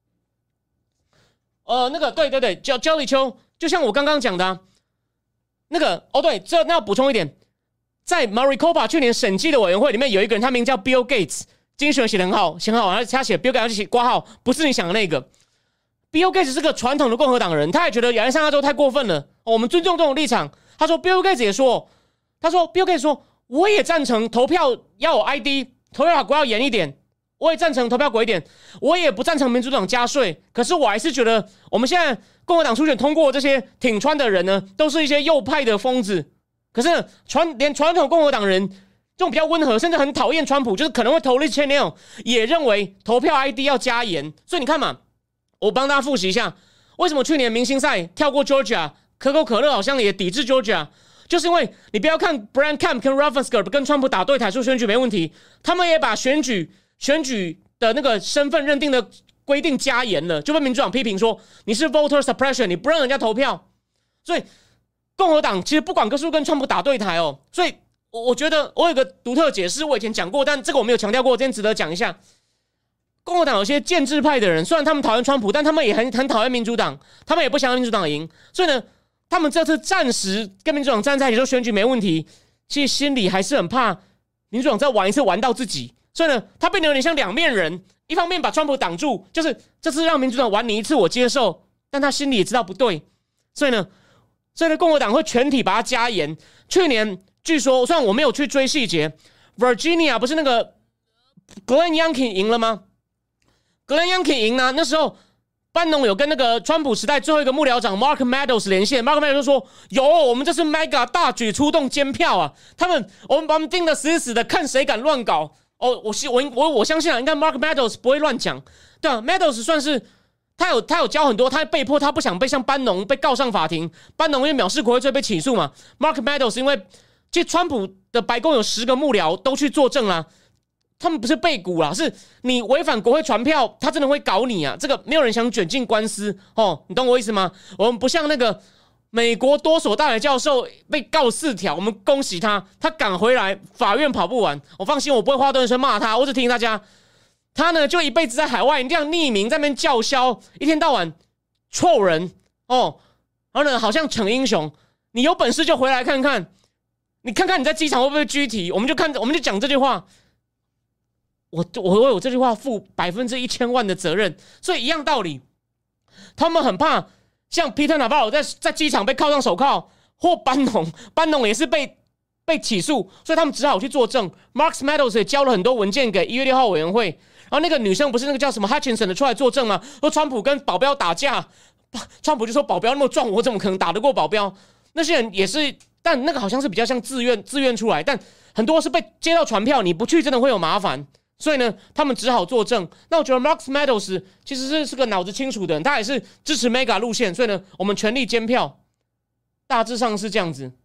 呃，那个对对对，焦焦立秋，就像我刚刚讲的、啊，那个哦对，这那要补充一点，在 Maricopa 去年审计的委员会里面有一个人，他名叫 Bill Gates， 经济学人写得很好，写很好，他写 Bill Gates 写括号，不是你想的那个。Bill Gates 是个传统的共和党人，他也觉得亚利桑那州太过分了、哦。我们尊重这种立场。他说 ，Bill Gates 也说，他说 Bill Gates 说，我也赞成投票要有 I D， 投票法规要严一点，我也赞成投票规一点，我也不赞成民主党加税。可是我还是觉得，我们现在共和党初选通过这些挺川的人呢，都是一些右派的疯子。可是传连传统共和党人这种比较温和，甚至很讨厌川普，就是可能会投 Liz Cheney， 也认为投票 I D 要加严。所以你看嘛。我帮大家复习一下，为什么去年明星赛跳过 Georgia， 可口可乐好像也抵制 Georgia， 就是因为你不要看 Brian Kemp 跟 Raffensperger 跟川普打对台说选举没问题，他们也把选举选举的那个身份认定的规定加严了，就被民主党批评说你是 voter suppression， 你不让人家投票。所以共和党其实不管是不是跟川普打对台哦，所以我觉得我有个独特解释，我以前讲过，但这个我没有强调过，今天值得讲一下。共和党有些建制派的人，虽然他们讨厌川普，但他们也很很讨厌民主党，他们也不想让民主党赢，所以呢，他们这次暂时跟民主党站在一起说选举没问题，其实心里还是很怕民主党再玩一次玩到自己，所以呢，他变得有点像两面人，一方面把川普挡住，就是这次让民主党玩你一次我接受，但他心里也知道不对，所以呢，所以呢，共和党会全体把它加严。去年据说，虽然我没有去追细节 ，Virginia 不是那个 Glenn Youngkin 赢了吗？Glenn Youngkin 赢呢，那时候班农有跟那个川普时代最后一个幕僚长 Mark Meadows 连线 ，Mark Meadows 就说：“有，我们这是 Mega 大举出动监票啊！他们，我们把他们盯得死死的，看谁敢乱搞。”哦，我我我我相信啊，应该 Mark Meadows 不会乱讲，对啊 ，Meadows 算是他有他有教很多，他被迫他不想被像班农被告上法庭，班农因为藐视国会罪被起诉嘛 ，Mark Meadows 因为其实川普的白宫有十个幕僚都去作证啦。他们不是背骨啦，是你违反国会传票，他真的会搞你啊！这个没有人想卷进官司哦，你懂我意思吗？我们不像那个美国多所大学教授被告四条，我们恭喜他，他赶回来，法院跑不完。我放心，我不会花多少钱骂他，我只提醒大家，他呢就一辈子在海外这样匿名在那边叫嚣，一天到晚臭人哦，然后呢好像逞英雄，你有本事就回来看看，你看看你在机场会不会拘提？我们就看，我们就讲这句话。我我为我这句话负百分之一千万的责任，所以一样道理，他们很怕像 Peter Navarro 在在机场被铐上手铐，或班农，班农也是被被起诉，所以他们只好去作证。Mark Meadows 也交了很多文件给一月六号委员会，然后那个女生不是那个叫什么 Hutchinson 的出来作证吗？说川普跟保镖打架，川普就说保镖那么壮，我怎么可能打得过保镖？那些人也是，但那个好像是比较像自愿自愿出来，但很多是被接到传票，你不去真的会有麻烦。所以呢，他们只好作证。那我觉得 Mark Meadows 其实是是个脑子清楚的人，他也是支持 Mega 路线，所以呢，我们全力监票，大致上是这样子。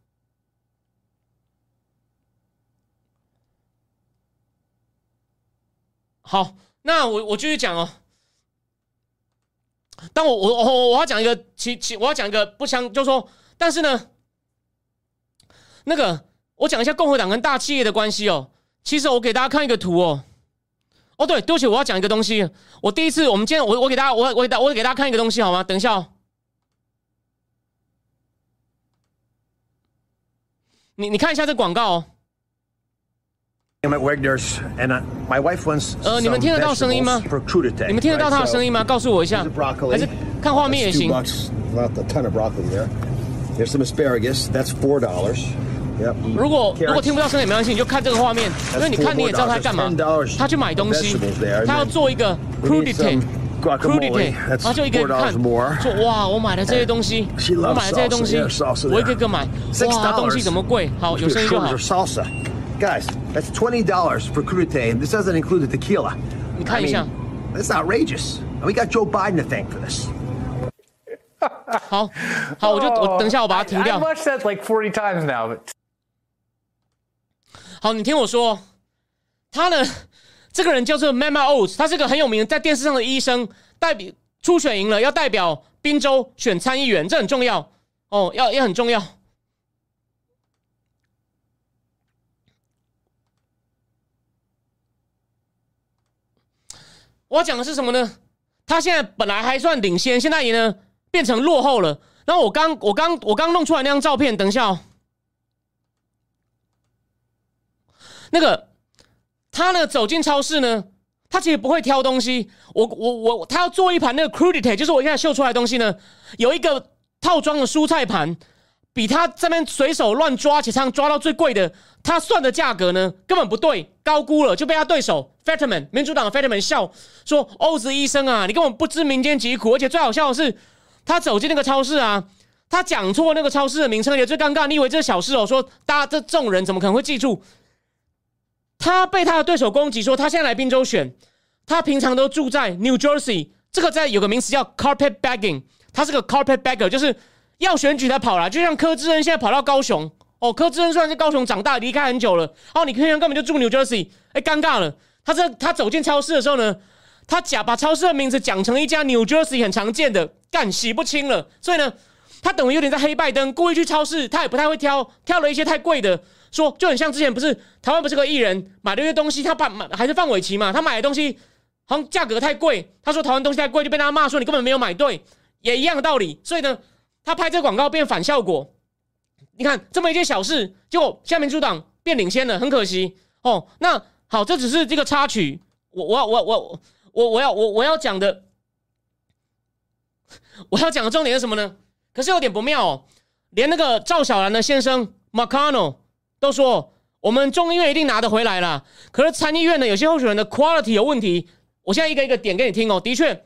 好，那我我继续讲哦。 但我我我我要讲一个其其我要讲一个不相，就是说，但是呢，那个我讲一下共和党跟大企业的关系哦。其实我给大家看一个图哦。哦，对，对不起，我要讲一个东西。我第一次，我们今天我我给大家我我给大我给大家看一个东西好吗？等一下哦。你你看一下这广告哦。 I'm at Wegner's, and uh, my wife wants 呃，你们听得到声音吗？你们听得到他的声音吗？告诉我一下。还是看画面也行。 Not a ton of broccoli there. There's some asparagus. That's four dollars. Yep. 如果如果听不到声音也没关系，你就看这个画面，因为你看你也知道他干嘛。他去买东西，他要做一个 crudité，crudité， 然后就一个人看，说哇，我买了这些东西，我买了这些东西，我一个个买，哇，东西怎么贵？好，有声音就好。 Guys, that's twenty dollars for crudité, and this doesn't include the tequila. 你看一下 I mean, that's outrageous. We got Joe Biden to thank for this. 好，好，我就我等一下我把它停掉。 I've watched that like forty times now. But... 好，你听我说，他呢，这个人叫做 Mama Oates， 他是个很有名在电视上的医生，代表初选赢了，要代表宾州选参议员，这很重要哦，要也很重要。我要讲的是什么呢？他现在本来还算领先，现在也呢变成落后了。然后我刚我刚我刚弄出来那张照片，等一下哦。那个他呢走进超市呢，他其实不会挑东西。我我我他要做一盘那个 crudité， 就是我现在秀出来的东西呢，有一个套装的蔬菜盘，比他这边随手乱抓起仓抓到最贵的，他算的价格呢根本不对，高估了，就被他对手 Fetterman 民主党的 Fetterman 笑说：“欧子医生啊，你根本不知民间疾苦。”而且最好笑的是，他走进那个超市啊，他讲错那个超市的名称，而且最尴尬，你以为这是小事哦？说大家这这种人怎么可能会记住？他被他的对手攻击说，他现在来宾州选，他平常都住在 New Jersey， 这个在有个名词叫 carpet bagging， 他是个 carpet bagger， 就是要选举才跑啦，就像柯志恩现在跑到高雄哦，柯志恩虽然在高雄长大，离开很久了，哦，你平常根本就住 New Jersey， 哎，尴尬了。他这他走进超市的时候呢，他假把超市的名字讲成一家 New Jersey 很常见的，干洗不清了，所以呢，他等于有点在黑拜登，故意去超市，他也不太会挑，挑了一些太贵的。说就很像之前不是台湾不是个艺人买了一些东西，他把还是范玮琪嘛，他买的东西好像价格太贵，他说台湾东西太贵，就被他骂说你根本没有买对，也一样的道理。所以呢，他拍这个广告变反效果。你看这么一件小事，结果现在民主党变领先了，很可惜哦。那好，这只是这个插曲，我我我我我我要我我要讲的，我要讲的重点是什么呢？可是有点不妙哦，连那个赵小兰的先生 McConnell。都说我们众议院一定拿得回来啦，可是参议院呢，有些候选人的 quality 有问题。我现在一个一个点给你听哦。的确，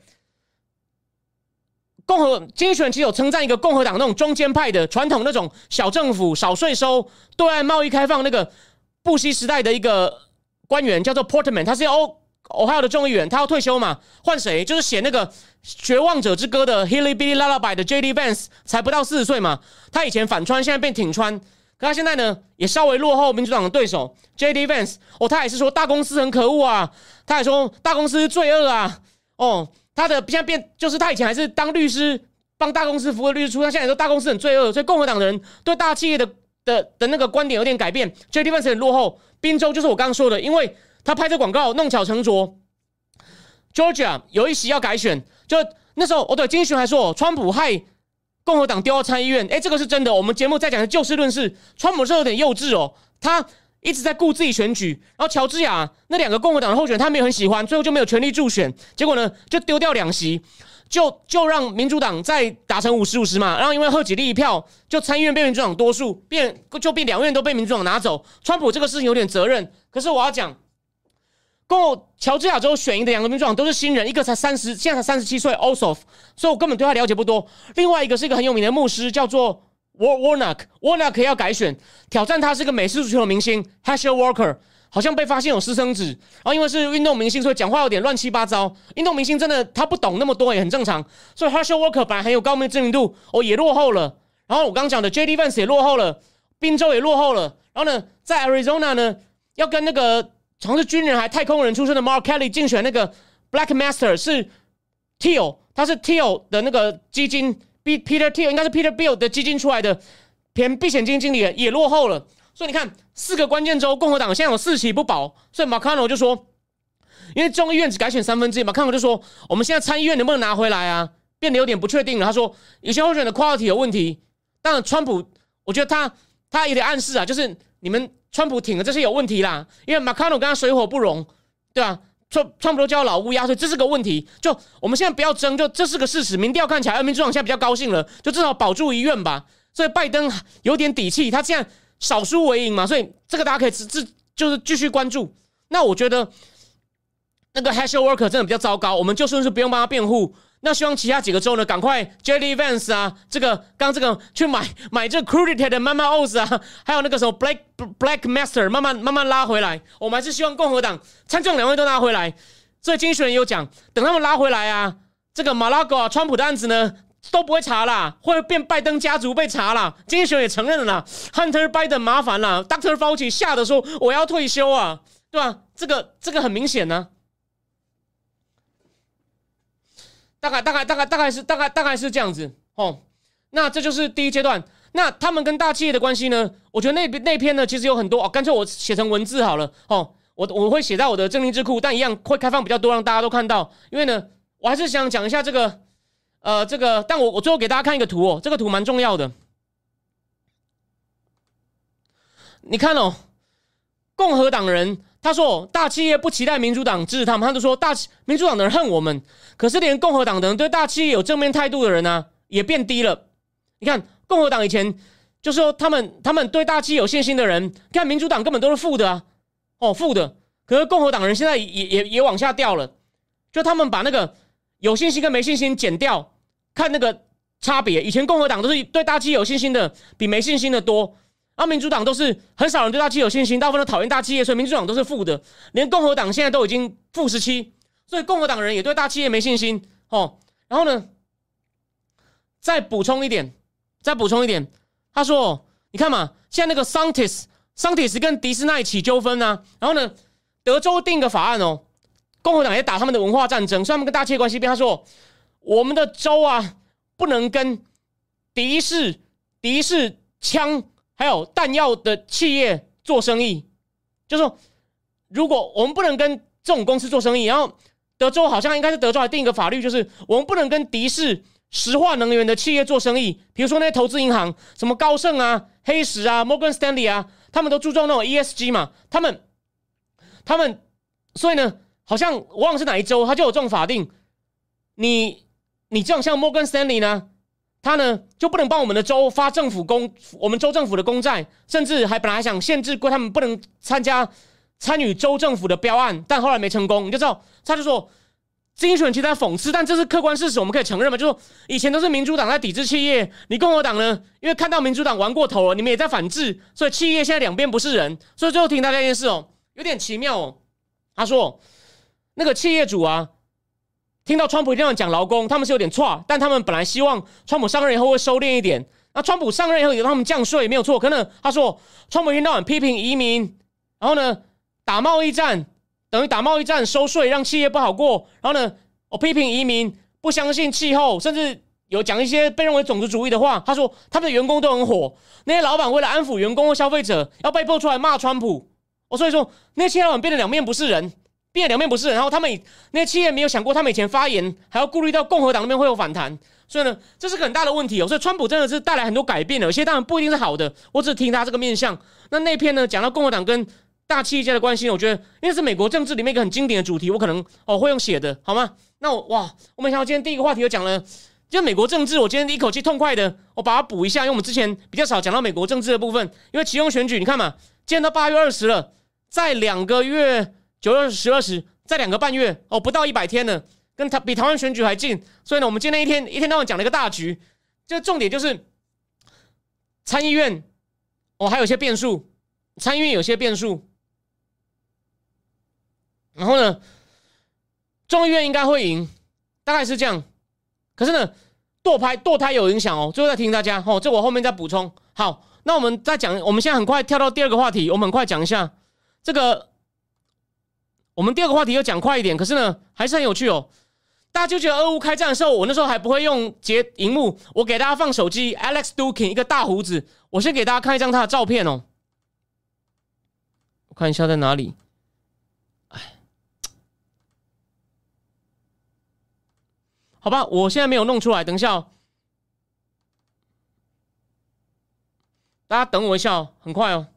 共和经济学人其实有称赞一个共和党那种中间派的传统那种小政府、少税收、对外贸易开放那个布希时代的一个官员，叫做 Portman， 他是欧 Ohio 的众议员，他要退休嘛，换谁？就是写那个《绝望者之歌》的 Hilly Billy Lullaby 的 J D Vance， 才不到四十岁嘛，他以前反川，现在变挺川。可他现在呢，也稍微落后民主党的对手 J D Vance 哦，他也是说大公司很可恶啊，他也说大公司是罪恶啊，哦，他的现在变就是他以前还是当律师帮大公司服务的律师出，他现在说大公司很罪恶，所以共和党的人对大企业的的的那个观点有点改变 ，J D Vance 很落后。宾州就是我刚刚说的，因为他拍这广告弄巧成拙 ，Georgia 有一席要改选，就那时候哦对，经济学还说川普害共和党丢到参议院，哎，这个是真的。我们节目在讲的就事论事，川普是有点幼稚哦，他一直在顾自己选举，然后乔治亚那两个共和党的候选人他没有很喜欢，最后就没有全力助选，结果呢就丢掉两席，就就让民主党再打成五十五十嘛，然后因为贺锦丽一票，就参议院被民主党多数，变就变两院都被民主党拿走。川普这个事情有点责任，可是我要讲。共乔治亚州选赢的两个民主党都是新人，一个才三十，现在才三十七岁 ，Ossoff， 所以我根本对他了解不多。另外一个是一个很有名的牧师，叫做 Warnock，Warnock 要改选，挑战他是个美式足球的明星 Herschel Walker， 好像被发现有私生子，然后因为是运动明星，所以讲话有点乱七八糟。运动明星真的他不懂那么多也很正常，所以 Herschel Walker 本来很有高明知名度，哦也落后了。然后我刚刚讲的 J D Vance 也落后了，宾州也落后了。然后呢，在 Arizona 呢要跟那个好像是军人还太空人出身的 Mark Kelly 竞选那个 Black Master 是 Thiel， 他是 Thiel 的那个基金 ，Peter Thiel 应该是 Peter Thiel 的基金出来的偏避险基金经理人也落后了。所以你看，四个关键州，共和党现在有四起不保，所以 McConnell 就说，因为众议院只改选三分之一 ，McConnell 就说，我们现在参议院能不能拿回来啊？变得有点不确定了。他说，有些候选人的 quality 有问题。当然，川普，我觉得他他有点暗示啊，就是你们川普挺的这些有问题啦，因为 McConnell 跟他水火不容，对吧、啊？川川普都叫老乌鸦，所以这是个问题。就我们现在不要争，就这是个事实。民调看起来，民主党现在比较高兴了，就至少保住一院吧。所以拜登有点底气，他现在少输为赢嘛，所以这个大家可以自就是继续关注。那我觉得那个 Herschel Walker 真的比较糟糕，我们就算是不用帮他辩护。那希望其他几个州呢，赶快 J D Vance 啊，这个刚这个去买买这个 Credited 的 Mama Oz 啊，还有那个什么 Black Black Master， 慢慢慢慢拉回来。我们还是希望共和党参众两位都拉回来。所以经济学人有讲，等他们拉回来啊，这个马拉狗啊、川普的案子呢都不会查啦，会变拜登家族被查啦。经济学人也承认了啦 ，Hunter Biden 麻烦啦 ，Doctor Fauci 吓得说我要退休啊，对吧？这个这个很明显呢、啊。大概大概大概大概是大概大概是这样子哦，那这就是第一阶段。那他们跟大企业的关系呢？我觉得那那篇呢，其实有很多哦，干脆我写成文字好了哦，我我会写在我的政经智库，但一样会开放比较多，让大家都看到。因为呢，我还是想讲一下这个呃这个，但我我最后给大家看一个图哦，这个图蛮重要的。你看哦，共和党人。他说：“大企业不期待民主党支持他们。”他就说：“大民主党的人恨我们，可是连共和党的人对大企业有正面态度的人呢、啊，也变低了。你看，共和党以前就说他们他们对大企业有信心的人，看民主党根本都是负的啊，哦负的。可是共和党人现在也也也往下掉了，就他们把那个有信心跟没信心减掉，看那个差别。以前共和党都是对大企业有信心的，比没信心的多。”啊，民主党都是很少人对大企业有信心，大部分都讨厌大企业，所以民主党都是负的。连共和党现在都已经负十七，所以共和党人也对大企业没信心哦。然后呢，再补充一点，再补充一点，他说：“你看嘛，现在那个 Santis，Santis 跟迪士尼起纠纷啊，然后呢，德州定个法案哦，共和党也打他们的文化战争，所以他们跟大企业关系变。他说，我们的州啊，不能跟敌视敌视枪。”还有弹药的企业做生意，就是说，如果我们不能跟这种公司做生意，然后德州好像应该是德州还定一个法律，就是我们不能跟敌视石化能源的企业做生意，比如说那些投资银行，什么高盛啊、黑石啊、Morgan Stanley 啊，他们都注重那种 E S G 嘛，他们他们所以呢，好像我忘了是哪一州，他就有这种法定，你你这种像 Morgan Stanley 呢？他呢就不能帮我们的州发政府公，我们州政府的公债，甚至还本来还想限制过他们不能参加参与州政府的标案，但后来没成功。你就知道，他就说经济学人其实在讽刺，但这是客观事实，我们可以承认嘛？就说以前都是民主党在抵制企业，你共和党呢，因为看到民主党玩过头了，你们也在反制，所以企业现在两边不是人。所以最后提醒大家一件事哦，有点奇妙哦。他说那个企业主啊。听到川普一定要讲劳工，他们是有点错，但他们本来希望川普上任以后会收敛一点。那川普上任以后也让他们降税，没有错。可能他说川普一天到晚批评移民，然后呢打贸易战，等于打贸易战收税，让企业不好过。然后呢，我批评移民，不相信气候，甚至有讲一些被认为种族主义的话。他说他们的员工都很火，那些老板为了安抚员工或消费者，要被迫出来骂川普。哦，所以说那些企业老板变得两面不是人。变得两面不是人，然后他们那些企业没有想过，他们以前发言还要顾虑到共和党那边会有反弹，所以呢，这是个很大的问题哦。所以川普真的是带来很多改变的，有些当然不一定是好的，我只听他这个面向。那那篇呢，讲到共和党跟大企业家的关系，我觉得因为是美国政治里面一个很经典的主题，我可能哦会用写的，好吗？那我哇，我没想到今天第一个话题就讲了，就是美国政治，我今天一口气痛快的，我把它补一下，因为我们之前比较少讲到美国政治的部分，因为期中选举，你看嘛，今天到八月二十了，在两个月，九月十二十。在两个半月哦，不到一百天了，跟台比台湾选举还近，所以呢，我们今天一天一天到晚讲了一个大局，这重点就是参议院哦，还有一些变数，参议院有些变数，然后呢，众议院应该会赢，大概是这样。可是呢，堕胎堕胎有影响哦，最后再提醒大家哦，这我后面再补充。好，那我们再讲，我们现在很快跳到第二个话题，我们很快讲一下这个。我们第二个话题要讲快一点，可是呢，还是很有趣哦。 大家就觉得俄乌开战的时候，我那时候还不会用截荧幕，我给大家放手机 ，Alex Dukin 一个大胡子，我先给大家看一张他的照片哦。我看一下在哪里。哎，好吧，我现在没有弄出来，等一下哦。大家等我一下哦，很快哦。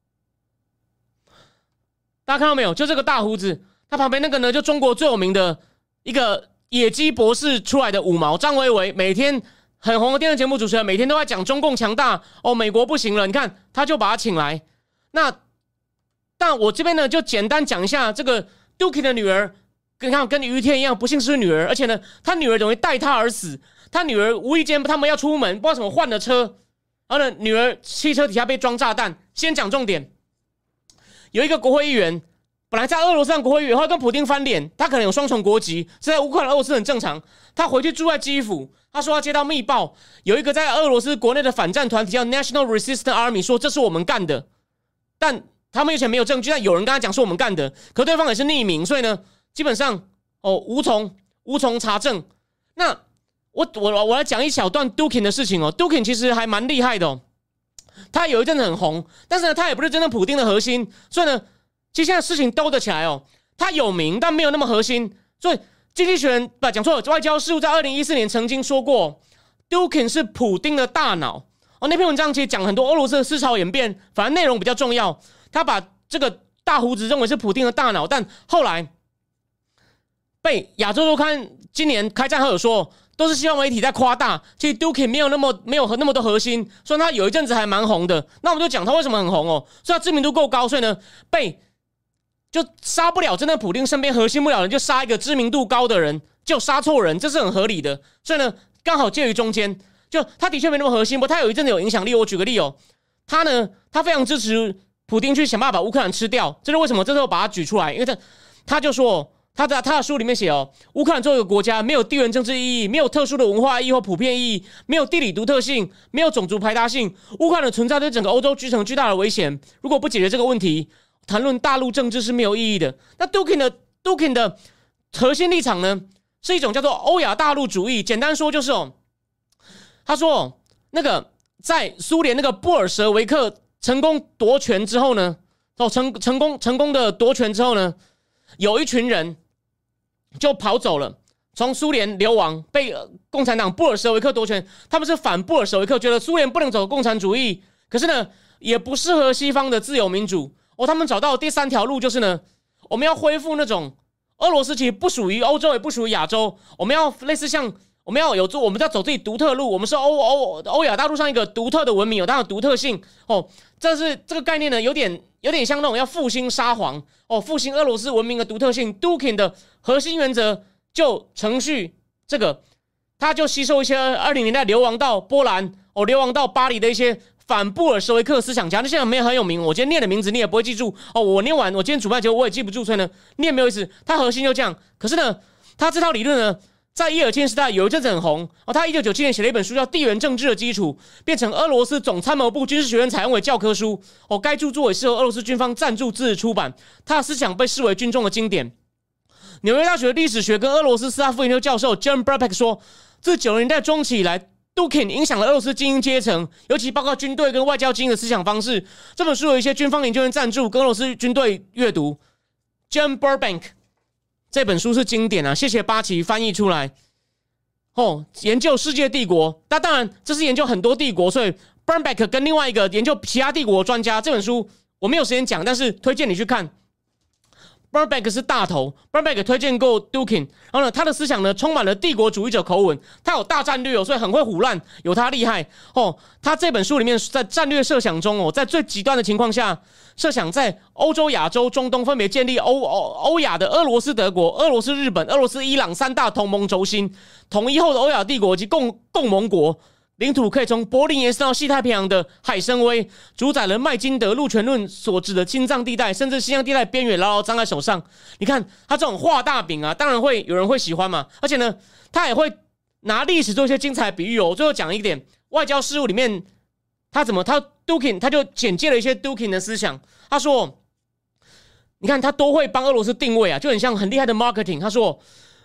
大家看到没有？就这个大胡子，他旁边那个呢，就中国最有名的一个野鸡博士出来的五毛张维维，每天很红的电视节目主持人，每天都在讲中共强大哦，美国不行了。你看，他就把他请来。那，但我这边呢，就简单讲一下这个 Dukin 的女儿，跟看跟于天一样，不幸失女儿，而且呢，他女儿等于带他而死。他女儿无意间他们要出门，不知道怎么换了车，然后呢，女儿汽车底下被装炸弹。先讲重点。有一个国会议员，本来在俄罗斯当国会议员，后来跟普丁翻脸，他可能有双重国籍，是在乌克兰、俄罗斯很正常。他回去住在基辅，他说他接到密报，有一个在俄罗斯国内的反战团体叫 National Resistance Army， 说这是我们干的，但他们以前没有证据，但有人跟他讲说我们干的，可对方也是匿名，所以呢，基本上哦无从无从查证。那我我我来讲一小段 Dukin 的事情哦 ，Dukin 其实还蛮厉害的哦。他有一阵子很红，但是呢，他也不是真正普丁的核心，所以呢，其实现在事情兜得起来哦。他有名，但没有那么核心。所以经济学人不讲错了，外交事务在二零一四年曾经说过 ，Dukin 是普丁的大脑哦。那篇文章其实讲很多俄罗斯的思潮演变，反正内容比较重要。他把这个大胡子认为是普丁的大脑，但后来被亚洲周刊今年开战后有说。都是西方媒体在夸大，其实 Dukin 没有那么没有那么多核心，所以他有一阵子还蛮红的。那我们就讲他为什么很红哦，所以他知名度够高，所以呢被就杀不了真的普丁身边核心不了人，就杀一个知名度高的人，就杀错人，这是很合理的。所以呢，刚好介于中间，就他的确没那么核心，不过他有一阵子有影响力。我举个例哦，他呢他非常支持普丁去想办法把乌克兰吃掉，这是为什么？这时候把他举出来，因为他他就说。他在他的书里面写哦，乌克兰作为一个国家，没有地缘政治意义，没有特殊的文化意义或普遍意义，没有地理独特性，没有种族排他性。乌克兰的存在对整个欧洲构成巨大的危险。如果不解决这个问题，谈论大陆政治是没有意义的。那 Dukin 的 Dukin 的核心立场呢，是一种叫做欧亚大陆主义。简单说就是哦，他说哦，那个在苏联那个布尔什维克成功夺权之后呢，哦成成功成功的夺权之后呢。有一群人就跑走了，从苏联流亡，被共产党布尔什维克夺权。他们是反布尔什维克，觉得苏联不能走共产主义，可是呢，也不适合西方的自由民主。哦，他们找到第三条路，就是呢，我们要恢复那种俄罗斯其实不属于欧洲，也不属于亚洲，我们要类似像我们要有做，我们要走自己独特路，我们是欧欧欧亚大陆上一个独特的文明，有它的独特性。哦，这是这个概念呢，有点。有点像那种要复兴沙皇哦，复兴俄罗斯文明的独特性。Dukin 的核心原则就程序这个，他就吸收一些二零年代流亡到波兰哦，流亡到巴黎的一些反布尔什维克思想家，那些人没有很有名，我今天念的名字你也不会记住哦。我念完，我今天主办结果我也记不住，所以呢，念没有意思。他核心就这样，可是呢，他这套理论呢。在叶尔钦时代有一阵子很红哦，他一九九七年写了一本书叫《地缘政治的基础》，变成俄罗斯总参谋部军事学院采用为教科书哦。该著作也是由俄罗斯军方赞助自出版，他的思想被视为军中的经典。纽约大学历史学跟俄罗斯斯拉夫研究教授 John Burbeck 说，自九十年代中期以来 ，Dukin 影响了俄罗斯精英阶层，尤其包括军队跟外交精英的思想方式。这本书有一些军方研究员赞助，跟俄罗斯军队阅读。John Burbeck。这本书是经典啊，谢谢八旗翻译出来。哦，研究世界帝国，那当然这是研究很多帝国，所以 Burbeck 跟另外一个研究其他帝国的专家，这本书我没有时间讲，但是推荐你去看。Burbeck 是大头 ，Burbeck 推荐过 Dukin， 然后呢，他的思想呢充满了帝国主义者口吻，他有大战略哦，所以很会唬烂，有他厉害哦。他这本书里面在战略设想中哦，在最极端的情况下，设想在欧洲、亚洲、中东分别建立欧欧欧亚的俄罗斯、德国、俄罗斯、日本、俄罗斯、伊朗三大同盟轴心，统一后的欧亚帝国及共共盟国。领土可以从柏林延伸到西太平洋的海参崴，主宰了麦金德路权论所指的心脏地带，甚至心脏地带边缘牢牢张在手上。你看他这种画大饼啊，当然会有人会喜欢嘛。而且呢，他也会拿历史做一些精彩比喻哦。最后讲一点，外交事务里面他怎么他 Dukin 他就简介了一些 Dukin 的思想。他说，你看他都会帮俄罗斯定位啊，就很像很厉害的 marketing。他说，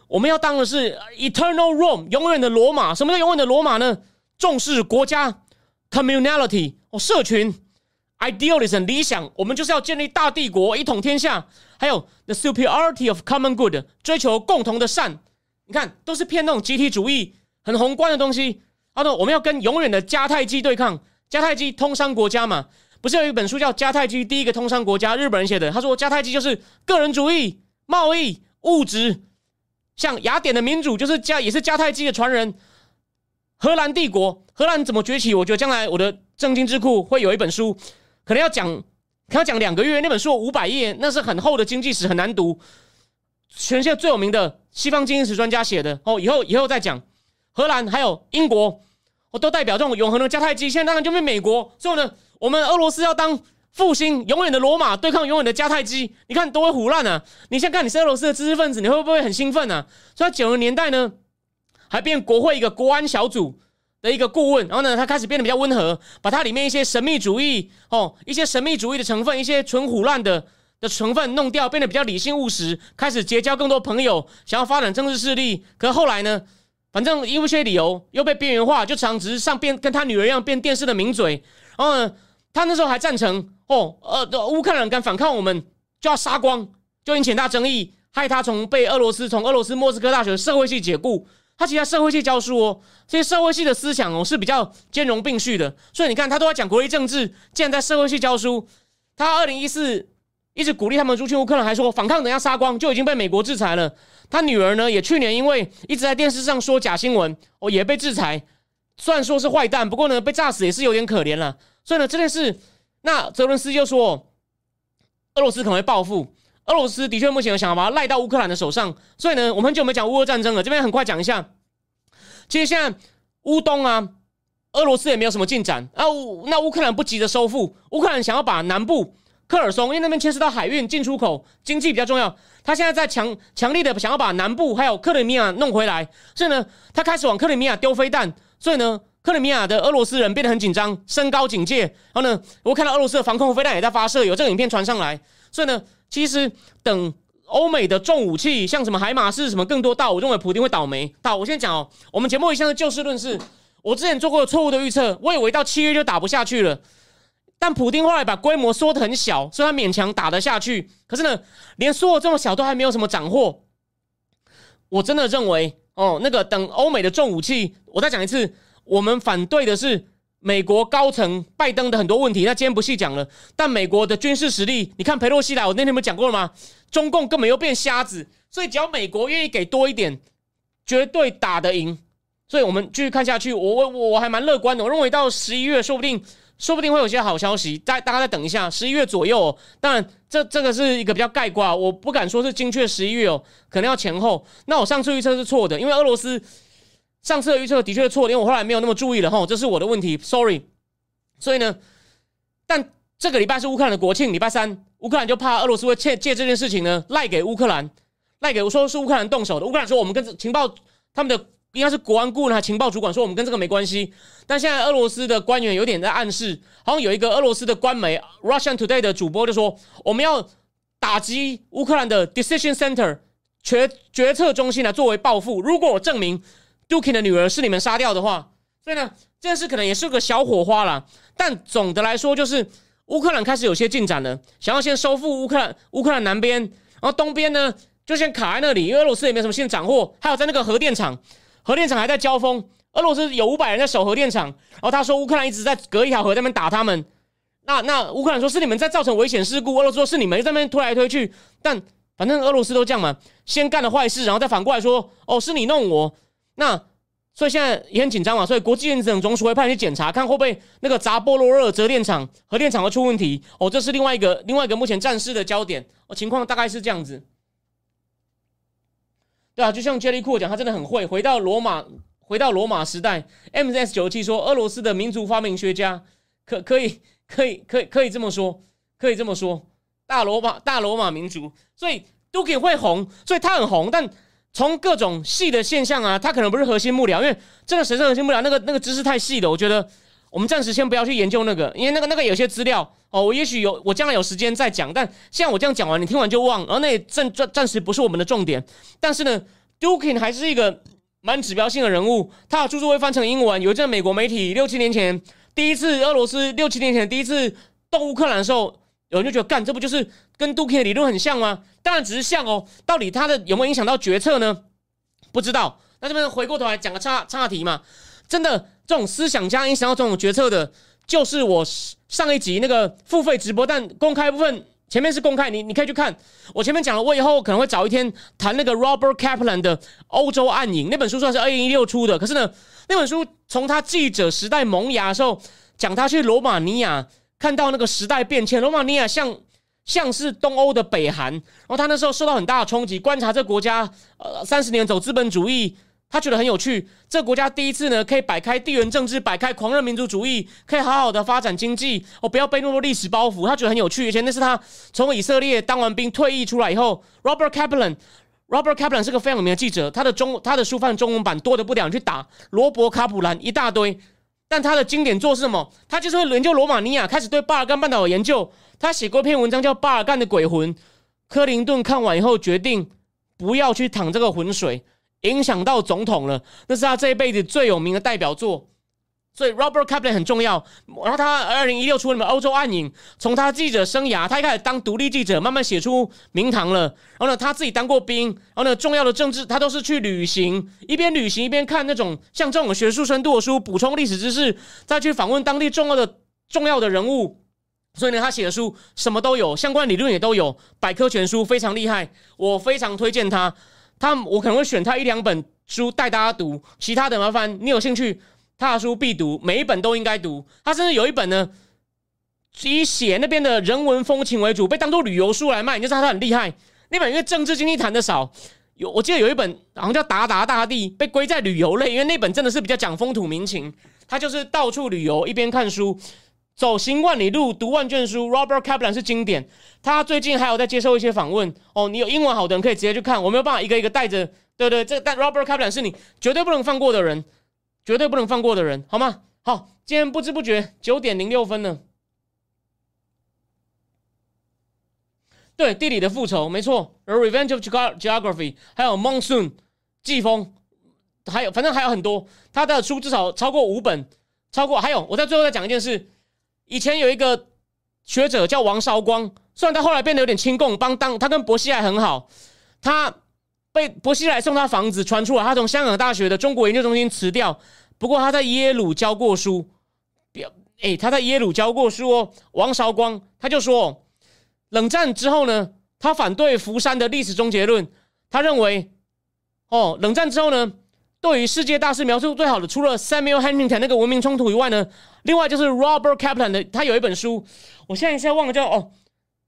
我们要当的是 Eternal Rome 永远的罗马。什么叫永远的罗马呢？重视国家 communality 哦，社群 idealism 理想，我们就是要建立大帝国，一统天下。还有 the superiority of common good 追求共同的善。你看，都是偏那种集体主义、很宏观的东西。然后呢，我们要跟永远的迦太基对抗。迦太基通商国家嘛，不是有一本书叫《迦太基第一个通商国家》，日本人写的。他说迦太基就是个人主义、贸易、物质。像雅典的民主就是迦也是迦太基的传人。荷兰帝国，荷兰怎么崛起？我觉得将来我的正经智库会有一本书，可能要讲，可能要讲两个月。那本书五百页，那是很厚的经济史，很难读。全世界最有名的西方经济史专家写的哦，以后以后再讲。荷兰还有英国，哦，都代表这种永恒的迦太基。现在当然就变美国，所以呢，我们俄罗斯要当复兴永远的罗马，对抗永远的迦太基。你看都会唬烂啊！你现在看你是俄罗斯的知识分子，你会不会很兴奋啊？所以九十年代呢，还变国会一个国安小组的一个顾问，然后呢，他开始变得比较温和，把它里面一些神秘主义哦，一些神秘主义的成分，一些纯唬烂的的成分弄掉，变得比较理性务实，开始结交更多朋友，想要发展政治势力。可是后来呢，反正因为一些理由又被边缘化，就常只是上变跟他女儿一样变电视的名嘴。然后呢，他那时候还赞成哦，呃，乌克兰敢反抗我们就要杀光，就引起很大争议，害他从被俄罗斯从俄罗斯莫斯科大学社会系解雇。他其实社会系教书哦，这些社会系的思想哦是比较兼容并蓄的，所以你看他都在讲国际政治，竟然在社会系教书。他二零一四一直鼓励他们入侵乌克兰，还说反抗等下杀光，就已经被美国制裁了。他女儿呢也去年因为一直在电视上说假新闻哦，也被制裁。虽然说是坏蛋，不过呢被炸死也是有点可怜了。所以呢这件事，那泽伦斯基就说俄罗斯可能会报复。俄罗斯的确目前有想要把它赖到乌克兰的手上，所以呢，我们很久没讲乌俄战争了，这边很快讲一下。其实现在乌东啊，俄罗斯也没有什么进展啊，那乌克兰不急着收复，乌克兰想要把南部科尔松，因为那边牵涉到海运进出口，经济比较重要，他现在在强强力的想要把南部还有克里米亚弄回来，所以呢，他开始往克里米亚丢飞弹，所以呢，克里米亚的俄罗斯人变得很紧张，升高警戒。然后呢，我看到俄罗斯的防空飞弹也在发射，有这个影片传上来，所以呢。其实等欧美的重武器，像什么海马士什么更多到，我认为普丁会倒霉。到我先讲哦，我们节目一向的就事论事。我之前做过错误的预测，我以为到七月就打不下去了，但普丁后来把规模缩得很小，所以他勉强打得下去。可是呢，连缩得这么小都还没有什么斩获。我真的认为哦，那个等欧美的重武器，我再讲一次，我们反对的是。美国高层拜登的很多问题，那今天不细讲了。但美国的军事实力，你看裴洛西来，我那天有没有讲过了吗？中共根本又变瞎子，所以只要美国愿意给多一点，绝对打得赢。所以我们继续看下去，我我我还蛮乐观的。我认为到十一月，说不定说不定会有些好消息。再大家再等一下，十一月左右、哦。当然，这这个是一个比较概括，我不敢说是精确十一月哦，可能要前后。那我上次预测是错的，因为俄罗斯。上次的预测的确是错的，因为我后来没有那么注意了齁，这是我的问题 ，sorry。所以呢，但这个礼拜是乌克兰的国庆，礼拜三，乌克兰就怕俄罗斯会借借这件事情呢赖给乌克兰，赖给我说是乌克兰动手的。乌克兰说我们跟情报他们的应该是国安顾问还情报主管说我们跟这个没关系，但现在俄罗斯的官员有点在暗示，好像有一个俄罗斯的官媒 Russian Today 的主播就说我们要打击乌克兰的 Decision Center 决决策中心来作为报复，如果我证明。Dukin 的女儿是你们杀掉的话，所以呢，这件事可能也是个小火花啦。但总的来说，就是乌克兰开始有些进展了，想要先收复乌克兰乌克兰南边，然后东边呢就先卡在那里，因为俄罗斯也没什么新斩获。还有在那个核电厂，核电厂还在交锋，俄罗斯有五百人在守核电厂，然后他说乌克兰一直在隔一条河在那边打他们。那那乌克兰说是你们在造成危险事故，俄罗斯说是你们在那边推来推去。但反正俄罗斯都这样嘛，先干了坏事，然后再反过来说哦是你弄我。那所以现在也很紧张嘛，所以国际原子能总署会派人去检查，看会不会那个扎波罗热核电厂核电厂会出问题哦，这是另外一个另外一个目前战事的焦点哦，情况大概是这样子。对啊，就像 Jelly Cool 讲，他真的很会回到罗马，回到罗马时代。M S 九十七 说，俄罗斯的民族发明学家，可可以可以可以可以这么说，可以这么说，大罗马大罗马民族，所以 Dukin 会红，所以他很红，但。从各种细的现象啊，它可能不是核心幕僚，因为这个神圣核心幕僚那个那个知识太细了，我觉得我们暂时先不要去研究那个，因为那个那个有些资料哦，我也许有我将来有时间再讲，但像我这样讲完，你听完就忘，然后那也暂暂暂时不是我们的重点。但是呢， Dugin 还是一个蛮指标性的人物，他的著作会翻成英文。有一阵美国媒体六七年前第一次俄罗斯六七年前第一次动乌克兰的时候，有人就觉得干这不就是跟 Dugin 的理论很像吗？当然只是像哦，到底他的有没有影响到决策呢？不知道。那这边回过头来讲个岔岔题嘛，真的这种思想家影响到这种决策的，就是我上一集那个付费直播但公开部分。前面是公开，你你可以去看。我前面讲了，我以后可能会找一天谈那个 Robert Kaplan 的《欧洲暗影》那本书，算是二零一六出的。可是呢，那本书从他记者时代萌芽的时候，讲他去罗马尼亚看到那个时代变迁，罗马尼亚像像是东欧的北韩，然后他那时候受到很大的冲击，观察这个国家呃三十年走资本主义。他觉得很有趣，这个国家第一次呢可以摆开地缘政治，摆开狂热民族主义，可以好好的发展经济，哦，不要背那么多历史包袱。他觉得很有趣，而且那是他从以色列当完兵退役出来以后 ，Robert Kaplan，Robert Kaplan 是个非常有名的记者，他的中他的书翻中文版多得不了，你去打罗伯卡普兰一大堆。但他的经典作是什么？他就是会研究罗马尼亚，开始对巴尔干半岛有研究。他写过一篇文章叫《巴尔干的鬼魂》，克林顿看完以后决定不要去淌这个浑水。影响到总统了，那是他这一辈子最有名的代表作，所以 Robert Kaplan 很重要。然后他二零一六出了《欧洲暗影》，从他记者生涯，他一开始当独立记者，慢慢写出名堂了。然后呢，他自己当过兵，然后呢，重要的政治他都是去旅行，一边旅行一边看那种像这种学术深度的书，补充历史知识，再去访问当地重要的重要的人物。所以呢，他写的书什么都有，相关理论也都有，百科全书非常厉害，我非常推荐他。他我可能会选他一两本书带大家读，其他的麻烦你有兴趣，他的书必读，每一本都应该读。他甚至有一本呢，以写那边的人文风情为主，被当作旅游书来卖，你就知道他很厉害。那本因为政治经济谈得少，有我记得有一本好像叫《达达大地》，被归在旅游类，因为那本真的是比较讲风土民情。他就是到处旅游，一边看书。走行万里路，读万卷书 ，Robert Kaplan 是经典。他最近还有在接受一些访问哦。你有英文好的人可以直接去看，我没有办法一个一个带着。对对，这但 Robert Kaplan 是你绝对不能放过的人，绝对不能放过的人，好吗？好，今天不知不觉九点零六分了。对，地理的复仇，没错，《The Revenge of Geography》，还有《Monsoon》季风，还有反正还有很多。他的书至少超过五本，超过还有，我在最后再讲一件事。以前有一个学者叫王韶光，虽然他后来变得有点亲共，帮当他跟薄熙来很好，他被薄熙来送他房子，传出来他从香港大学的中国研究中心辞掉，不过他在耶鲁教过书，哎，他在耶鲁教过书哦。王韶光他就说，冷战之后呢，他反对福山的历史终结论，他认为，哦，冷战之后呢，对于世界大事描述最好的，除了 Samuel Huntington 那个文明冲突以外呢，另外就是 Robert Kaplan 的，他有一本书，我现在现在忘了叫哦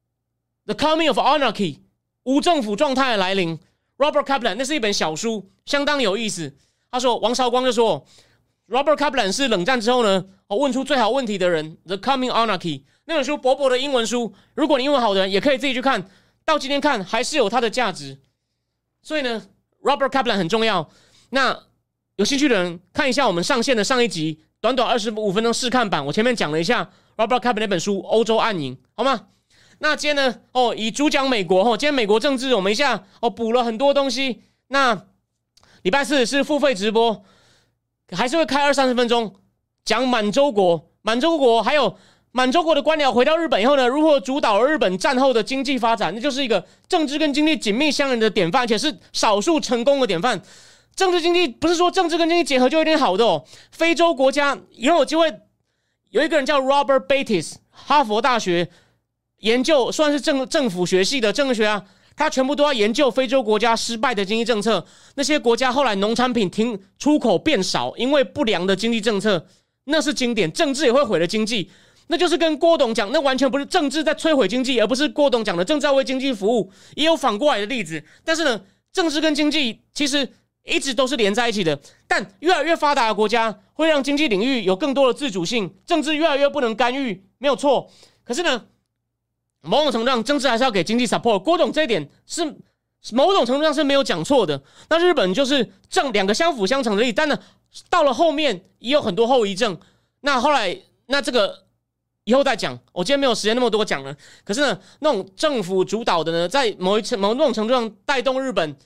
，The Coming of Anarchy， 无政府状态的来临。Robert Kaplan 那是一本小书，相当有意思。他说，王韶光就说 ，Robert Kaplan 是冷战之后呢，问出最好问题的人。The Coming Anarchy 那本书薄薄的英文书，如果你英文好的人也可以自己去看，到今天看还是有它的价值。所以呢 ，Robert Kaplan 很重要。那有兴趣的人看一下我们上线的上一集，短短二十五分钟试看版，我前面讲了一下 Robert Kaplan 那本书《欧洲暗影》，好吗？那今天呢，哦，以主讲美国，哦，今天美国政治，我们一下哦补了很多东西。那礼拜四是付费直播，还是会开二三十分钟讲满洲国，满洲国还有满洲国的官僚回到日本以后呢，如何主导日本战后的经济发展，那就是一个政治跟经济紧密相连的典范，而且是少数成功的典范。政治经济不是说政治跟经济结合就一定好的哦。非洲国家以后有机会，有一个人叫 Robert Bates， 哈佛大学研究算是政政府学系的政治学啊，他全部都要研究非洲国家失败的经济政策，那些国家后来农产品停出口变少，因为不良的经济政策，那是经典。政治也会毁了经济，那就是跟郭董讲，那完全不是政治在摧毁经济，而不是郭董讲的政治要为经济服务，也有反过来的例子。但是呢，政治跟经济其实一直都是连在一起的，但越来越发达的国家会让经济领域有更多的自主性，政治越来越不能干预，没有错。可是呢，某种程度上政治还是要给经济 support， 郭董这一点是某种程度上是没有讲错的。那日本就是正两个相辅相成的例子，但呢到了后面也有很多后遗症。那后来那这个以后再讲，我今天没有时间那么多讲了。可是呢，那种政府主导的呢，在某一某种程度上带动日本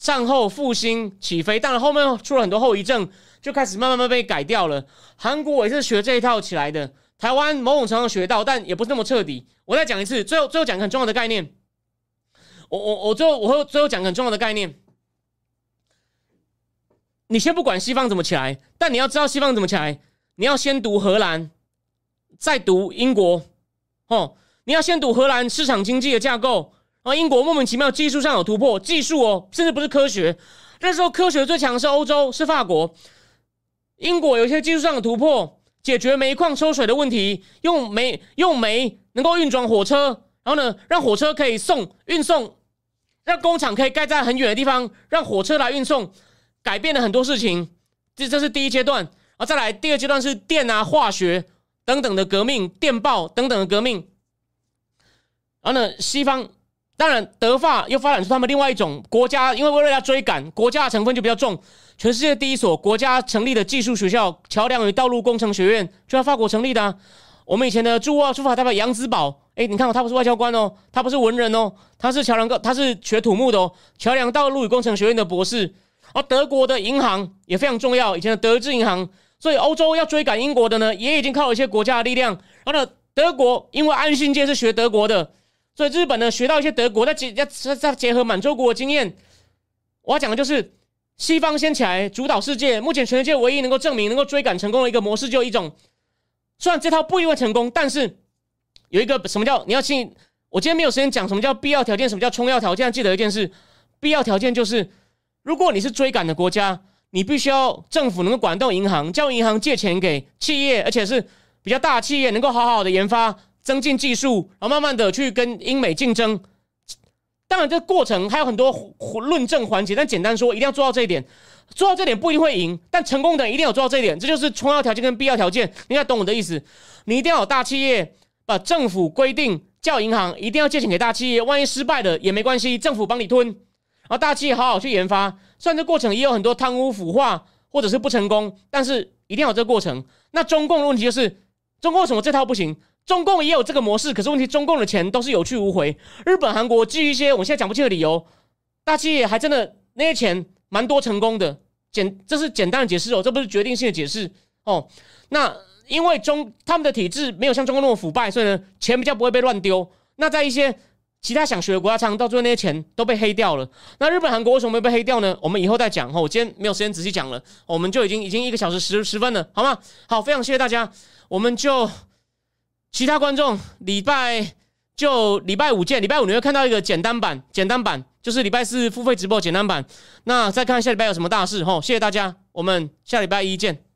战后复兴起飞，当然后面出了很多后遗症，就开始慢慢慢被改掉了。韩国也是学这一套起来的，台湾某种程度上学到，但也不是那么彻底。我再讲一次，最后最后讲一个很重要的概念。我我我最后我会最后讲一个很重要的概念。你先不管西方怎么起来，但你要知道西方怎么起来，你要先读荷兰，再读英国。哦，你要先读荷兰市场经济的架构。啊，英国莫名其妙技术上有突破，技术哦，甚至不是科学。那时候科学最强的是欧洲，是法国。英国有一些技术上的突破，解决煤矿抽水的问题，用煤用煤能够运转火车，然后呢，让火车可以送运送，让工厂可以盖在很远的地方，让火车来运送，改变了很多事情。这这是第一阶段。然后再来第二阶段是电啊、化学等等的革命，电报等等的革命。然后呢，西方。当然，德法又发展出他们另外一种国家，因为为了要追赶，国家的成分就比较重。全世界第一所国家成立的技术学校——桥梁与道路工程学院，就在法国成立的、啊。我们以前的驻外驻法代表杨子宝，哎，你看、哦，他不是外交官哦，他不是文人哦，他是桥梁，他是学土木的哦，桥梁道路与工程学院的博士。而德国的银行也非常重要，以前的德意志银行。所以欧洲要追赶英国的呢，也已经靠了一些国家的力量。然后呢，德国因为安信介是学德国的。所以日本呢，学到一些德国，再结再结合满洲国的经验，我要讲的就是西方先起来主导世界。目前全世界唯一能够证明能够追赶成功的一个模式，就一种。虽然这套不一定会成功，但是有一个什么叫你要信？我今天没有时间讲什么叫必要条件，什么叫充要条件。记得一件事，必要条件就是，如果你是追赶的国家，你必须要政府能够管动银行，叫银行借钱给企业，而且是比较大的企业，能够好好的研发。增进技术，然后慢慢的去跟英美竞争。当然，这个过程还有很多论证环节，但简单说，一定要做到这一点。做到这一点不一定会赢，但成功的人一定有做到这一点。这就是充要条件跟必要条件。你应该懂我的意思。你一定要有大企业，把政府规定叫银行一定要借钱给大企业，万一失败了也没关系，政府帮你吞。然后大企业好好去研发。虽然这过程也有很多贪污腐化或者是不成功，但是一定要有这个过程。那中共的问题就是，中共为什么这套不行？中共也有这个模式，可是问题中共的钱都是有去无回。日本、韩国基于一些我们现在讲不清的理由，大企业还真的那些钱蛮多成功的。简这是简单的解释哦，这不是决定性的解释哦。那因为中他们的体制没有像中共那么腐败，所以呢钱比较不会被乱丢。那在一些其他想学的国家，常常到最后那些钱都被黑掉了。那日本、韩国为什么没被黑掉呢？我们以后再讲哦。我今天没有时间仔细讲了，我们就已经已经一个小时十十分了，好吗？好，非常谢谢大家，我们就。其他观众礼拜就礼拜五见，礼拜五你会看到一个简单版，简单版就是礼拜四付费直播简单版。那再看下礼拜有什么大事吼，谢谢大家，我们下礼拜一见。